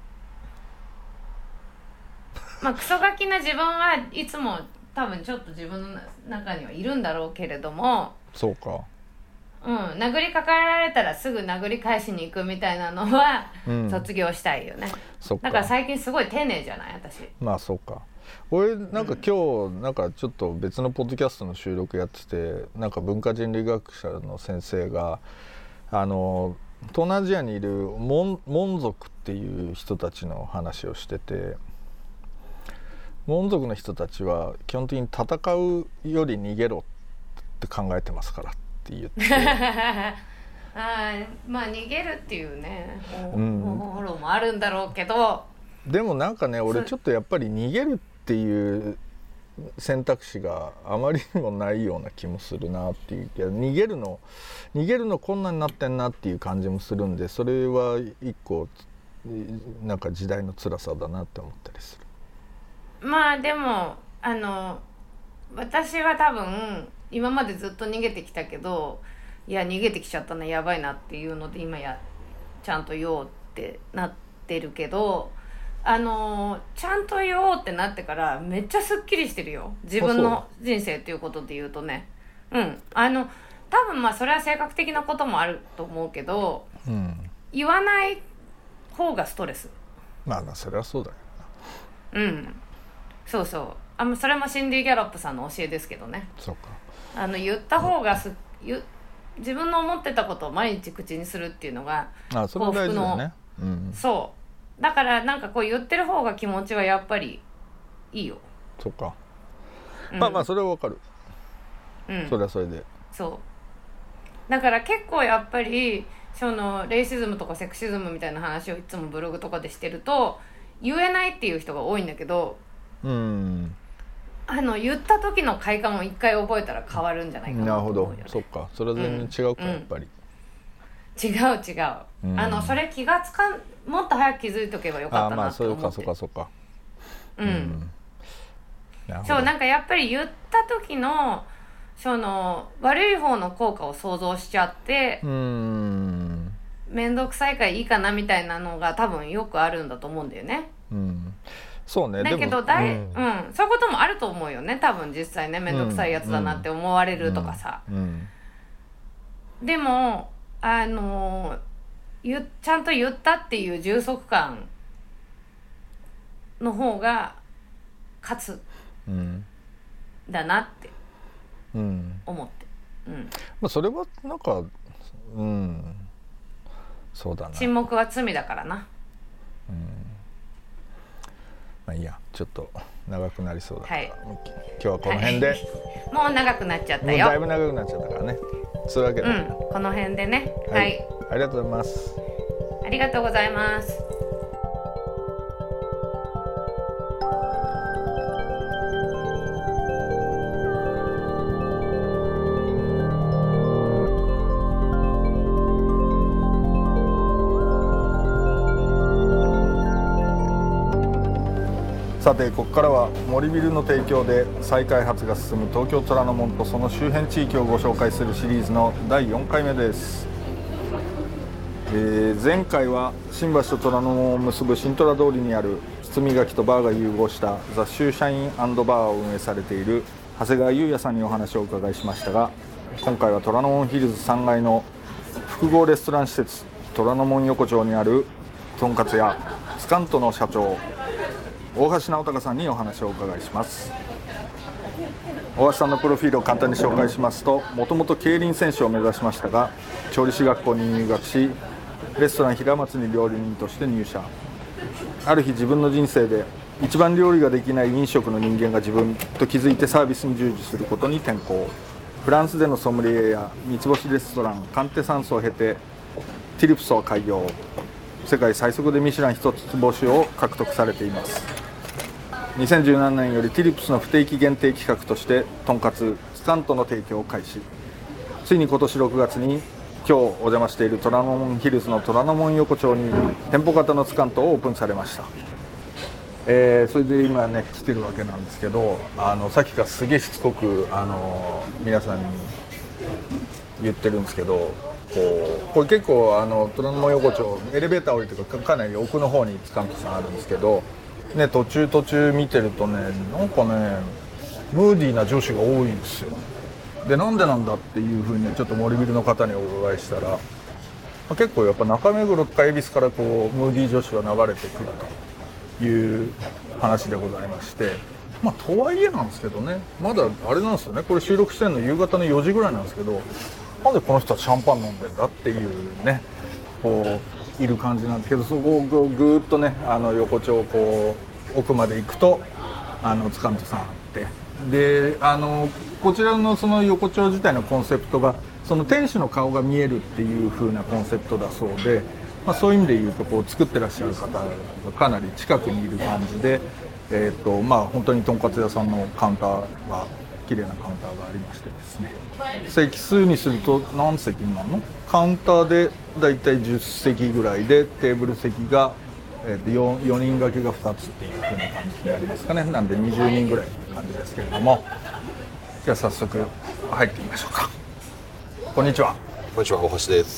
まあクソガキな自分はいつも多分ちょっと自分の中にはいるんだろうけれども。 そうか。 うん、殴りかかられたらすぐ殴り返しに行くみたいなのは、うん、卒業したいよね。そっか。だから最近すごい丁寧じゃない私。 まあそうか。俺なんか今日なんかちょっと別のポッドキャストの収録やってて、なんか文化人類学者の先生があの東南アジアにいるモン、モン族っていう人たちの話をしてて、モン族の人たちは基本的に戦うより逃げろって考えてますからって言ってあまあ逃げるっていうね方法もあるんだろうけど、 でもなんかね俺ちょっとやっぱり逃げるっていう選択肢があまりにもないような気もするなっていう。逃げるの逃げるの困難になってんなっていう感じもするんで、それは一個なんか時代の辛さだなって思ったりする。まあでもあの私は多分今までずっと逃げてきたけど、いや逃げてきちゃったなやばいなっていうので今やちゃんと言おうってなってるけど、あのちゃんと言おうってなってからめっちゃすっきりしてるよ自分の人生っていうことで言うとね。うんあの多分まあそれは性格的なこともあると思うけど、うん、言わない方がストレス。 まあまあそれはそうだよな。うんそうそう、あそれもシンディ・ギャロップさんの教えですけどね。 そうか。 あの言った方がす、うん、自分の思ってたことを毎日口にするっていうのがあそれは大事だね、うん、 そうだからなんかこう言ってる方が気持ちはやっぱりいいよ。 そうか、うん、まあまあそれはわかる、うん、それはそれでそうだから結構やっぱりそのレイシズムとかセクシズムみたいな話をいつもブログとかでしてると言えないっていう人が多いんだけど、うんあの言った時の快感を一回覚えたら変わるんじゃないかなと思うよね。 なるほど、そっか、それは全然違うか、うん、やっぱり違う違う、うん、あのそれ気がつかんもっと早く気づいとけばよかったなって思って。あまあそうかそうかそうかうん、うん、なそうなんかやっぱり言った時のその悪い方の効果を想像しちゃってうん面倒くさいからいいかなみたいなのが多分よくあるんだと思うんだよね。うんそうね、 だけどだい、うんうん、そういうこともあると思うよね多分実際ね。面倒くさいやつだなって思われるとかさ、うんうんうん、でもあのゆちゃんと言ったっていう充足感の方が勝つ、うん、だなって思って、うんうんまあ、それはなんかうんそうだな、 沈黙は罪だからな、うんまあいいや、ちょっと長くなりそうだから、はい、今日はこの辺で、はい、 もう長くなっちゃったよ。 もうだいぶ長くなっちゃったからね。そういうわけで、うん、 この辺でね、はい、はい、 ありがとうございます。 ありがとうございます。 さてここからは森ビルの提供で再開発が進む東京虎ノ門とその周辺地域をご紹介するシリーズのだいよんかいめです。えー、前回は新橋と虎ノ門を結ぶ新虎通りにある包み柿とバーが融合したザ・シューシャイン&バーを運営されている長谷川優也さんにお話をお伺いしましたが、今回は虎ノ門ヒルズさんがいの複合レストラン施設虎ノ門横丁にあるとんかつ屋スカントの社長大橋直隆さんにお話をお伺いします。大橋さんのプロフィールを簡単に紹介しますと、もともと競輪選手を目指しましたが調理師学校に入学し、レストラン平松に料理人として入社。ある日自分の人生で一番料理ができない飲食の人間が自分と気づいてサービスに従事することに転向。フランスでのソムリエや三つ星レストランカンテサンスを経てティルプスを開業。世界最速でミシュラン一つ星を獲得されています。にせんじゅうななねんよりティルプスの不定期限定企画としてとんかつスカントの提供を開始。ついに今年ろくがつに今日お邪魔している虎ノ門ヒルズの虎ノ門横丁に店舗型のスカントをオープンされました。えー、それで今ね来てるわけなんですけど、あのさっきからすげえしつこくあの皆さんに言ってるんですけど、こうこれ結構あの虎ノ門横丁エレベーター降りてかかなり奥の方にスカントさんあるんですけど、ね、途中途中見てるとね、なんかねムーディーな女子が多いんですよ。でなんでなんだっていうふうにちょっと森ビルの方にお伺いしたら、結構やっぱ中目黒とか恵比寿からこうムーディー女子は流れてくるという話でございまして、まあとはいえなんですけどね、まだあれなんですよね、これ収録してるの夕方のよじぐらいなんですけど、なんでこの人はシャンパン飲んでんだっていうね、こういる感じなんですけど、そこをぐーっとねあの横丁こう奥まで行くとあのスカントさんあって、であのこちらのその横丁自体のコンセプトがその店主の顔が見えるっていう風なコンセプトだそうで、まあ、そういう意味で言うとこう作ってらっしゃる方がかなり近くにいる感じで、えーとまあ、本当にとんかつ屋さんのカウンターが綺麗なカウンターがありましてですね、席数にすると何席になるの？カウンターでだいたいじゅっせきぐらいでテーブル席が、えー、と 4, よにん掛けがふたつっていう風な感じになりますかね。なんでにじゅうにんぐらいの感じですけれども、じゃあ早速入ってみましょうか。こんにちは。 こんにちは、大橋です。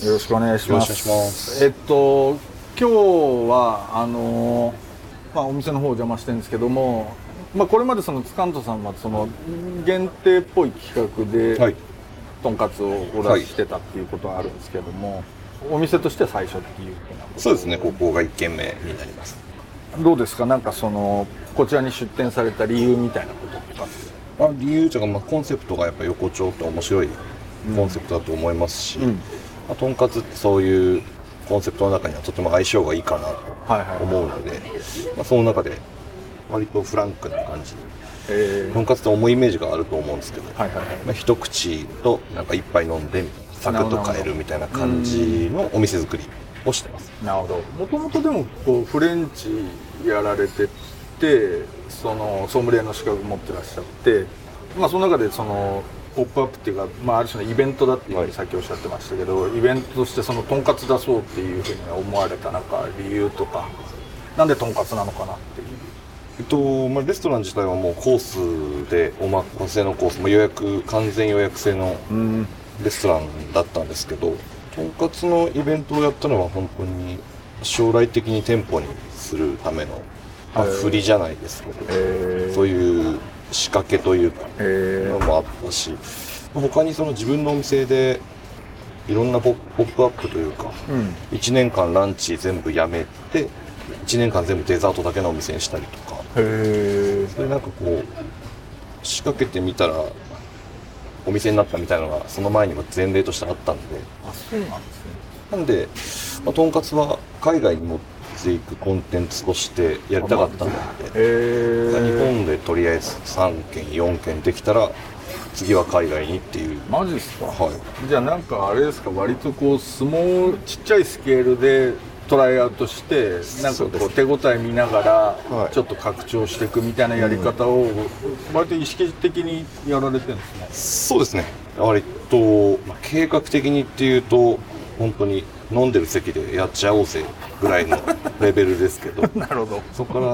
よろしくお願いします。 よろしくお願いします。 えっと今日はあのまあお店の方お邪魔してるんですけども、まあこれまでそのスカントさんはその限定っぽい企画で、はい、とんかつをお出ししてたっていうことはあるんですけども、はい、お店として最初っていうふうなこと。 そうですね、ここがいっけんめになります。 どうですか、なんかそのこちらに出店された理由みたいなこととか。 あ、理由というか、まあ、コンセプトがやっぱ横丁って面白いコンセプトだと思いますし、うん、まあ、とんかつってそういうコンセプトの中にはとても相性がいいかなと思うので、はいはいはい、まあ、その中で割とフランクな感じに、えー、とんかつって重いイメージがあると思うんですけど、はいはいはい、まあ、一口となんか一杯飲んでサクッと買えるみたいな感じのお店作りをしてます。 なるほど。もともとでもこうフレンチやられてて、そのソムリエの資格持ってらっしゃって、まあ、その中でそのポップアップっていうか、まあ、ある種のイベントだっていうふうにさっきおっしゃってましたけど、はい、イベントとしてそのとんかつ出そうっていうふうに思われたなんか理由とか、なんでとんかつなのかなっていう。 えっとまあ、レストラン自体はもうコースでお任せのコース、も予約完全予約制のレストランだったんですけど、とんかつのイベントをやったのは本当に将来的に店舗にするための、まあ、振りじゃないですけど、えー、そういう仕掛けというかのもあったし、他にその自分のお店でいろんなポップアップというか、うん、いちねんかんランチ全部やめていちねんかん全部デザートだけのお店にしたりとか、へそれなんかこう仕掛けてみたらお店になったみたいなのがその前にも前例としてあったんで。 あ、そうなんですね。 なんで、まあ、とんかつは海外に持っていくコンテンツとしてやりたかったので、日本でとりあえずさんけんよんけんできたら次は海外にっていう。 マジですか。 はい。 じゃあなんかあれですか、割とこうスモールちっちゃいスケールでトライアウトしてなんかこう手応え見ながらちょっと拡張していくみたいなやり方を割と意識的にやられてるんですね。 そうですね。割と、まあ、計画的にっていうと本当に飲んでる席でやっちゃおうぜぐらいのレベルですけどなるほど。 そこから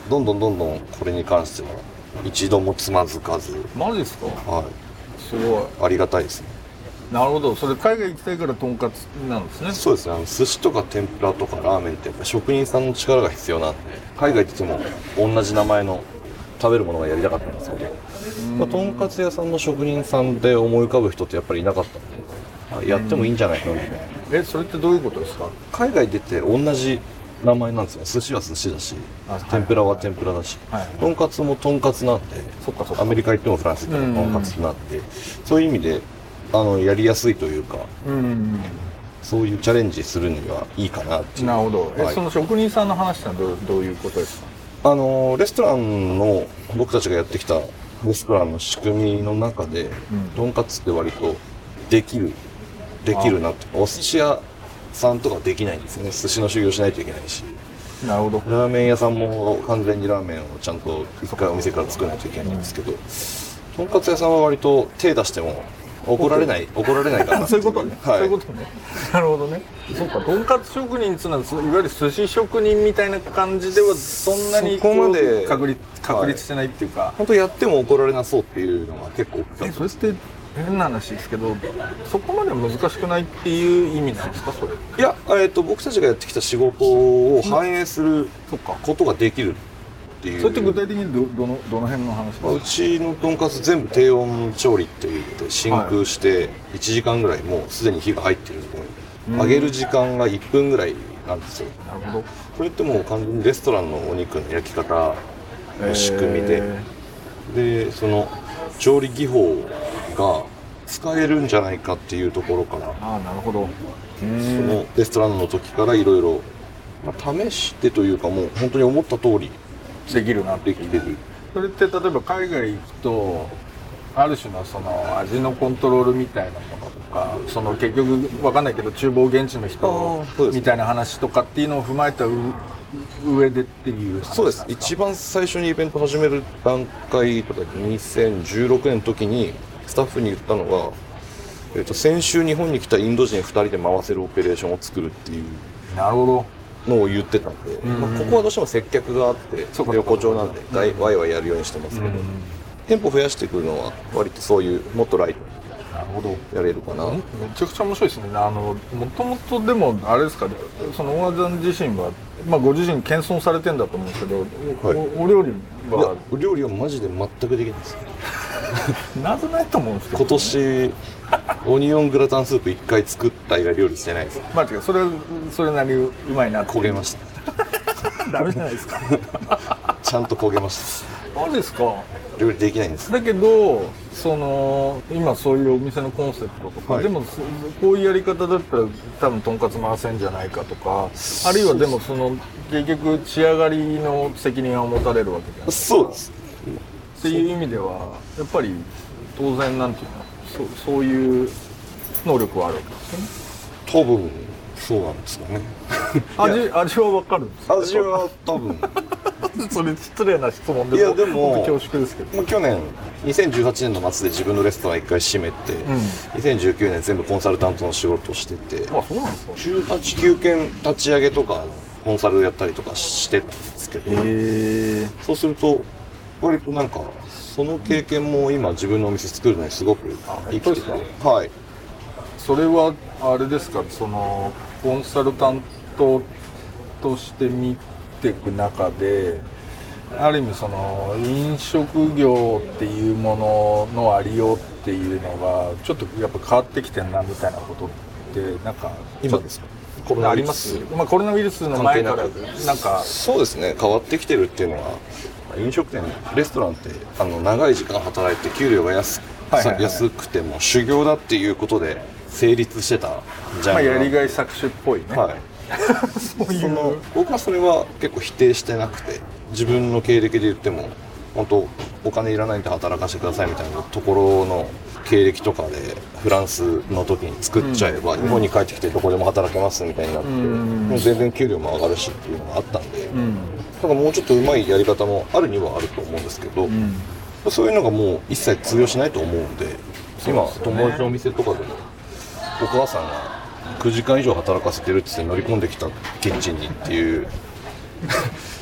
どんどんどんどんこれに関しては一度もつまずかず。 マジですか？ はい。 すごいありがたいですね。 なるほど。それ海外行きたいからとんかつなんですね。 そうですね。あの寿司とか天ぷらとかラーメンってやっぱ職人さんの力が必要なんで、海外行っても同じ名前の食べるものがやりたかったんですけど、まあ、とんかつ屋さんの職人さんで思い浮かぶ人ってやっぱりいなかったんで、やってもいいんじゃないかなみたいな。 え、それってどういうことですか？ 海外出て同じ名前なんですよ。寿司は寿司だし、天ぷらは天ぷらだし、はいはいはい、とんかつもとんかつなんで、そっかそっか、アメリカ行ってもフランス行ってもとんかつなんで、うんうん、そういう意味であのやりやすいというか、うんうん、そういうチャレンジするにはいいかなっていう。 なるほど。え、はい、その職人さんの話はどう、どういうことですか？ あのレストランの僕たちがやってきたレストランの仕組みの中で、うん、とんかつって割とできるできるなって。お寿司屋さんとかできないんですよね。寿司の修行しないといけないし。 なるほど。 ラーメン屋さんも完全にラーメンをちゃんと一回お店から作らないといけないんですけど、とんかつ屋さんは割と手出しても怒られない怒られないかなっていう。 そういうことね、はい、そういうことね。なるほどね。そうか、とんかつ職人っていうのはいわゆる寿司職人みたいな感じではそんなにここまで確立確立してないっていうか、はい、 本当やっても怒られなそうっていうのが結構大きかった。 え、それって変な話ですけど、そこまで難しくないっていう意味なんですか、それ？ いや、えーと、僕たちがやってきた仕事を反映することができるっていう。 それって具体的に ど, ど, のどの辺の話ですか？ うちのとんかつ全部低温調理って言って真空していちじかんぐらいもうすでに火が入っているところに揚げる時間がいっぷんぐらいなんですよ。 なるほど。 これってもう完全にレストランのお肉の焼き方の仕組みで、でその調理技法が使えるんじゃないかっていうところから、 ああ、なるほど。 そのレストランの時からいろいろ試してというか、もう本当に思った通りできるなってできてる。 それって例えば海外行くとある種のその味のコントロールみたいなものとか、その結局わかんないけど厨房現地の人みたいな話とかっていうのを踏まえた上でっていう話。 そうです。一番最初にイベント始める段階とかにせんじゅうろくねんの時にスタッフに言ったのが、えーと、先週日本に来たインド人ふたりで回せるオペレーションを作るっていうなるほどのを言ってたんで、まあ、ここはどうしても接客があって横丁なんでワイワイやるようにしてますけど、店舗増やしてくるのは割とそういうもっとライトにやれるかな。 めちゃくちゃ面白いですね。あのもともとでもあれですか、その大和さん自身は、まあ、ご自身謙遜されてんだと思うんですけど、はい、お, お料理は。いや、 お料理はマジで全くできないです謎ないと思うんですけど、ね、 今年オニオングラタンスープいっかい作った以外料理してないです。 まあ違う、それそれなりうまいなって。 焦げましたダメじゃないですかちゃんと焦げました。 そうですか。 料理できないんです。 だけどその今そういうお店のコンセプトとか、はい、でもこういうやり方だったら多分とんかつ回せんじゃないかとか、あるいはでもその結局仕上がりの責任を持たれるわけじゃないですか。 そうですっていう意味ではやっぱり当然なんていうの、そ, そういう能力はあるわけですよね。 多分そうなんですよね味, 味は分かるんですか？ 味は多分それ失礼な質問で、 いやでも恐縮ですけど、 去年にせんじゅうはちねんの末で自分のレストランいっかい閉めて、うん、にせんじゅうきゅうねん全部コンサルタントの仕事をしてて、 あ、そうなんですか。 じゅうはち、きゅうけん立ち上げとかコンサルやったりとかしてたんですけど、 へそうすると割となんかその経験も今自分のお店作るのにすごく生きてて、はい。 それはあれですか、そのコンサルタントとして見ていく中で、ある意味その飲食業っていうもののありようっていうのがちょっとやっぱ変わってきてんなみたいなことってなんか今ですか？ コロナウイルス、まあ、コロナウイルスの前からなんかそうですね、変わってきてるっていうのは、飲食店レストランってあの長い時間働いて給料が 安,、はいはいはい、安くても修行だっていうことで成立してたじゃん、まあ、やりがい搾取っぽいね、 はいそういうその僕はそれは結構否定してなくて、自分の経歴で言っても本当お金いらないんで働かせてくださいみたいなところの経歴とかでフランスの時に作っちゃえば、うん、日本に帰ってきてどこでも働けますみたいになって、うん、もう全然給料も上がるしっていうのがあったんで、うん、だからもうちょっとうまいやり方もあるにはあると思うんですけど、うん、そういうのがもう一切通用しないと思うんで、今友達のお店とかでもお母さんがくじかん以上働かせてるって言って乗り込んできたキッチンにっていう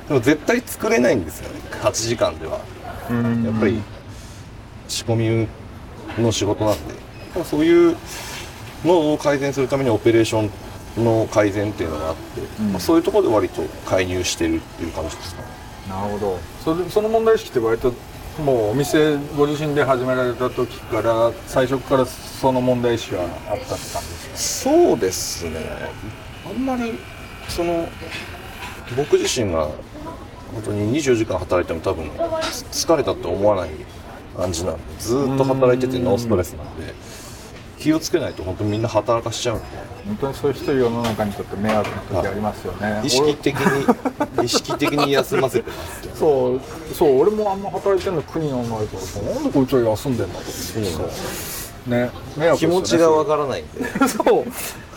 でも絶対作れないんですよね、はちじかんでは。やっぱり仕込みの仕事なんで、そういうのを改善するためにオペレーションの改善っていうのがあって、うんまあ、そういうところで割と介入してるっていう感じですかね。 なるほど。それその問題意識って割ともうお店ご自身で始められた時から最初からその問題意識はあったって感じですか？そうですね。あんまりその僕自身が本当ににじゅうよじかん働いても多分疲れたって思わない感じなんで、ずっと働いててノーストレスなんで、気をつけないと本当にみんな働かしちゃうんで。 本当にそういう人世の中にとって迷惑な時ありますよね。 意識的に意識的に休ませてますけど。 そうそう俺もあんま働いてるの苦に思われたらなんでこいつは休んでんだとそうね、迷惑ですよね。 気持ちがわからないんでそう、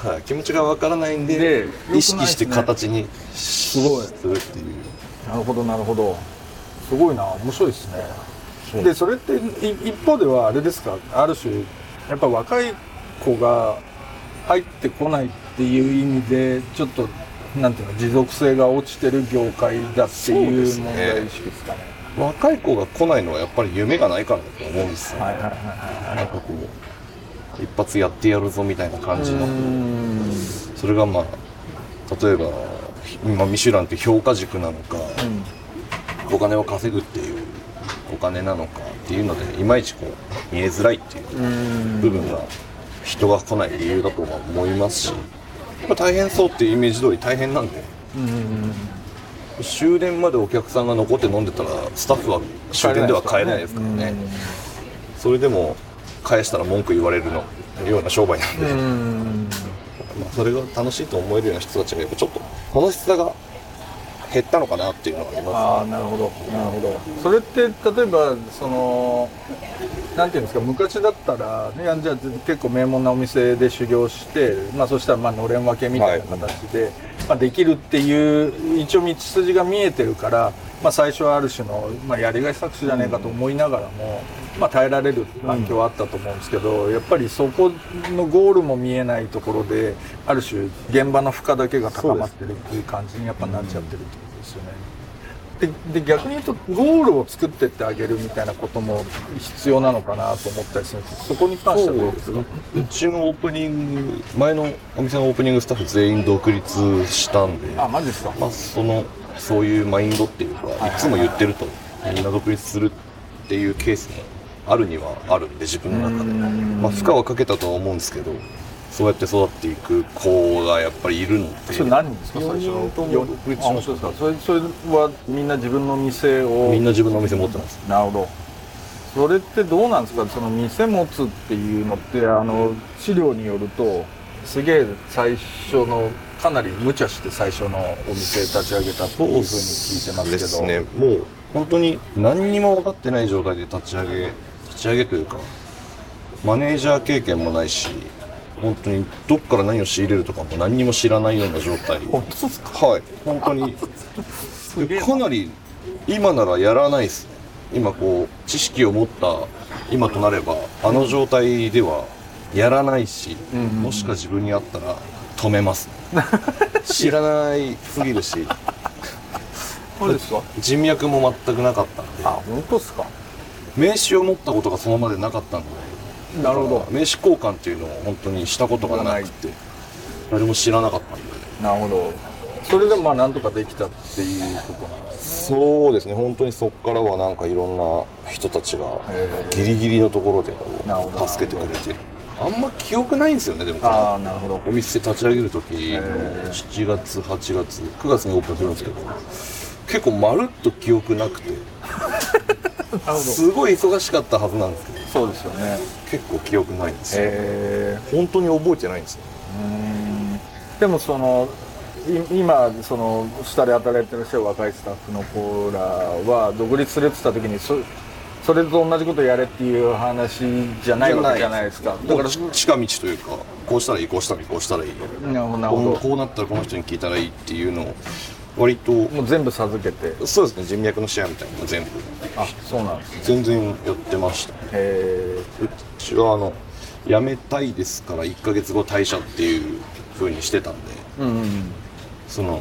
はい、気持ちがわからないんで、で意識して形にすごいするっていう。 なるほどなるほど、すごいな、面白いですね。うん、でそれって一方ではあれですか、ある種やっぱ若い子が入ってこないっていう意味でちょっとなんていうの持続性が落ちてる業界だっていう問題意識ですかね。 若い子が来ないのはやっぱり夢がないからだと思うんですよ。 はいはいはいはい。 なんかこう一発やってやるぞみたいな感じの、それがまあ例えば今ミシュランって評価軸なのか、うん、お金を稼ぐっていうお金なのかっていうのでいまいちこう見えづらいっていう部分が人が来ない理由だとは思いますし、まあ、大変そうっていうイメージ通り大変なんで、うん、終電までお客さんが残って飲んでたらスタッフは終電では帰れないですからね。それでも返したら文句言われるのような商売なんで、うんまあ、それが楽しいと思えるような人たちがやっぱちょっと楽しさが減ったのかなっていうのがあります、ね。 ああ、なるほどなるほど。それって例えばそのなんていうんですか、昔だったら、ね、じゃあ結構名門なお店で修行して、まあ、そしたらまあのれん分けみたいな形で、はい、まあ、できるっていう一応道筋が見えてるから、まあ、最初はある種の、まあ、やりがい搾取じゃねえかと思いながらも、まあ、耐えられる環境はあったと思うんですけど、うん、やっぱりそこのゴールも見えないところである種現場の負荷だけが高まってるっていう感じにやっぱなっちゃってるってことですよね。で, で逆に言うとゴールを作ってってあげるみたいなことも必要なのかなと思ったりするんですけど、そこに関してはどうですか？ うちのオープニング前のお店のオープニングスタッフ全員独立したんで、 あ、マジですか？ まあ、そのそういうマインドっていうか、いつも言ってるとみんな独立するっていうケースもあるにはあるんで自分の中で、まあ、負荷はかけたとは思うんですけど、そうやって育っていく子がやっぱりいるので。 それ何人ですか？最初の独立しました。それそれはみんな自分の店をみんな自分のお店持ってます。 なるほど。それってどうなんですか？その店持つっていうのってあの資料によるとすげえ最初のかなり無茶して最初のお店立ち上げたっていうふうに聞いてますけど。 そうですね。もう本当に何にも分かってない状態で立ち上げ立ち上げというかマネージャー経験もないし。本当にどっから何を仕入れるとかも何にも知らないような状態。 本当ですか？ はい、本当にかなり今ならやらないです。今こう知識を持った今となればあの状態ではやらないし、うんうんうん、もしか自分にあったら止めます。知らないすぎるしそうですか？ 人脈も全くなかったんで。 あ、本当ですか？ 名刺を持ったことがそのままでなかったので。 なるほど。 名刺交換っていうのを本当にしたことがなくて誰も知らなかったんで。 なるほど。それでもまあなんとかできたっていうことなんですね。そうですね。本当にそこからはなんかいろんな人たちがギリギリのところで助けてくれてる。あんま記憶ないんですよね。でもあ、なるほど。 お店立ち上げる時しちがつはちがつくがつにオープンするんですけど結構まるっと記憶なくてすごい忙しかったはずなんですけど。 そうですよね。 結構記憶ないんですよ。本当に覚えてないんですよ。 うーん。でもその今その下で働いてらっしゃる若いスタッフの子らは独立するって言った時に そ, それと同じことやれっていう話じゃないわけじゃないですか。 だから近道というかこうしたらいいこうしたらいいこうしたらいい。 なるほど。 こうなったらこの人に聞いたらいいっていうのを割ともう全部授けて。 そうですね。人脈のシェアみたいなの全部。 あ、そうなんですね。 全然やってました。へー。うちはあの辞めたいですからいっかげつご退社っていう風にしてたんで、うんうんうん、その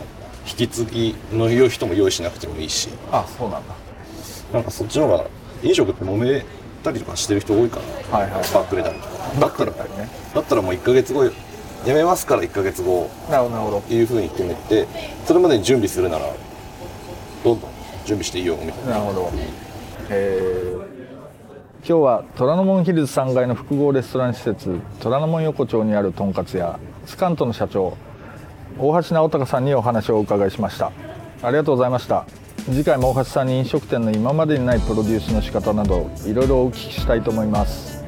引き継ぎの人も用意しなくてもいいし。 あ、そうなんだ。 なんかそっちの方が飲食って揉めたりとかしてる人多いから、はいはい、バックレたりとか。だったら、ね、だったらもういっかげつごやめますからいっかげつごなるほどいうふうに決めて、それまでに準備するならどんどん準備していいよみたいな。なるほど。へー。 今日は虎ノ門ヒルズさんがいの複合レストラン施設虎ノ門横丁にあるとんかつ屋スカントの社長大橋直隆さんにお話をお伺いしました。ありがとうございました。次回も大橋さんに飲食店の今までにないプロデュースの仕方などいろいろお聞きしたいと思います。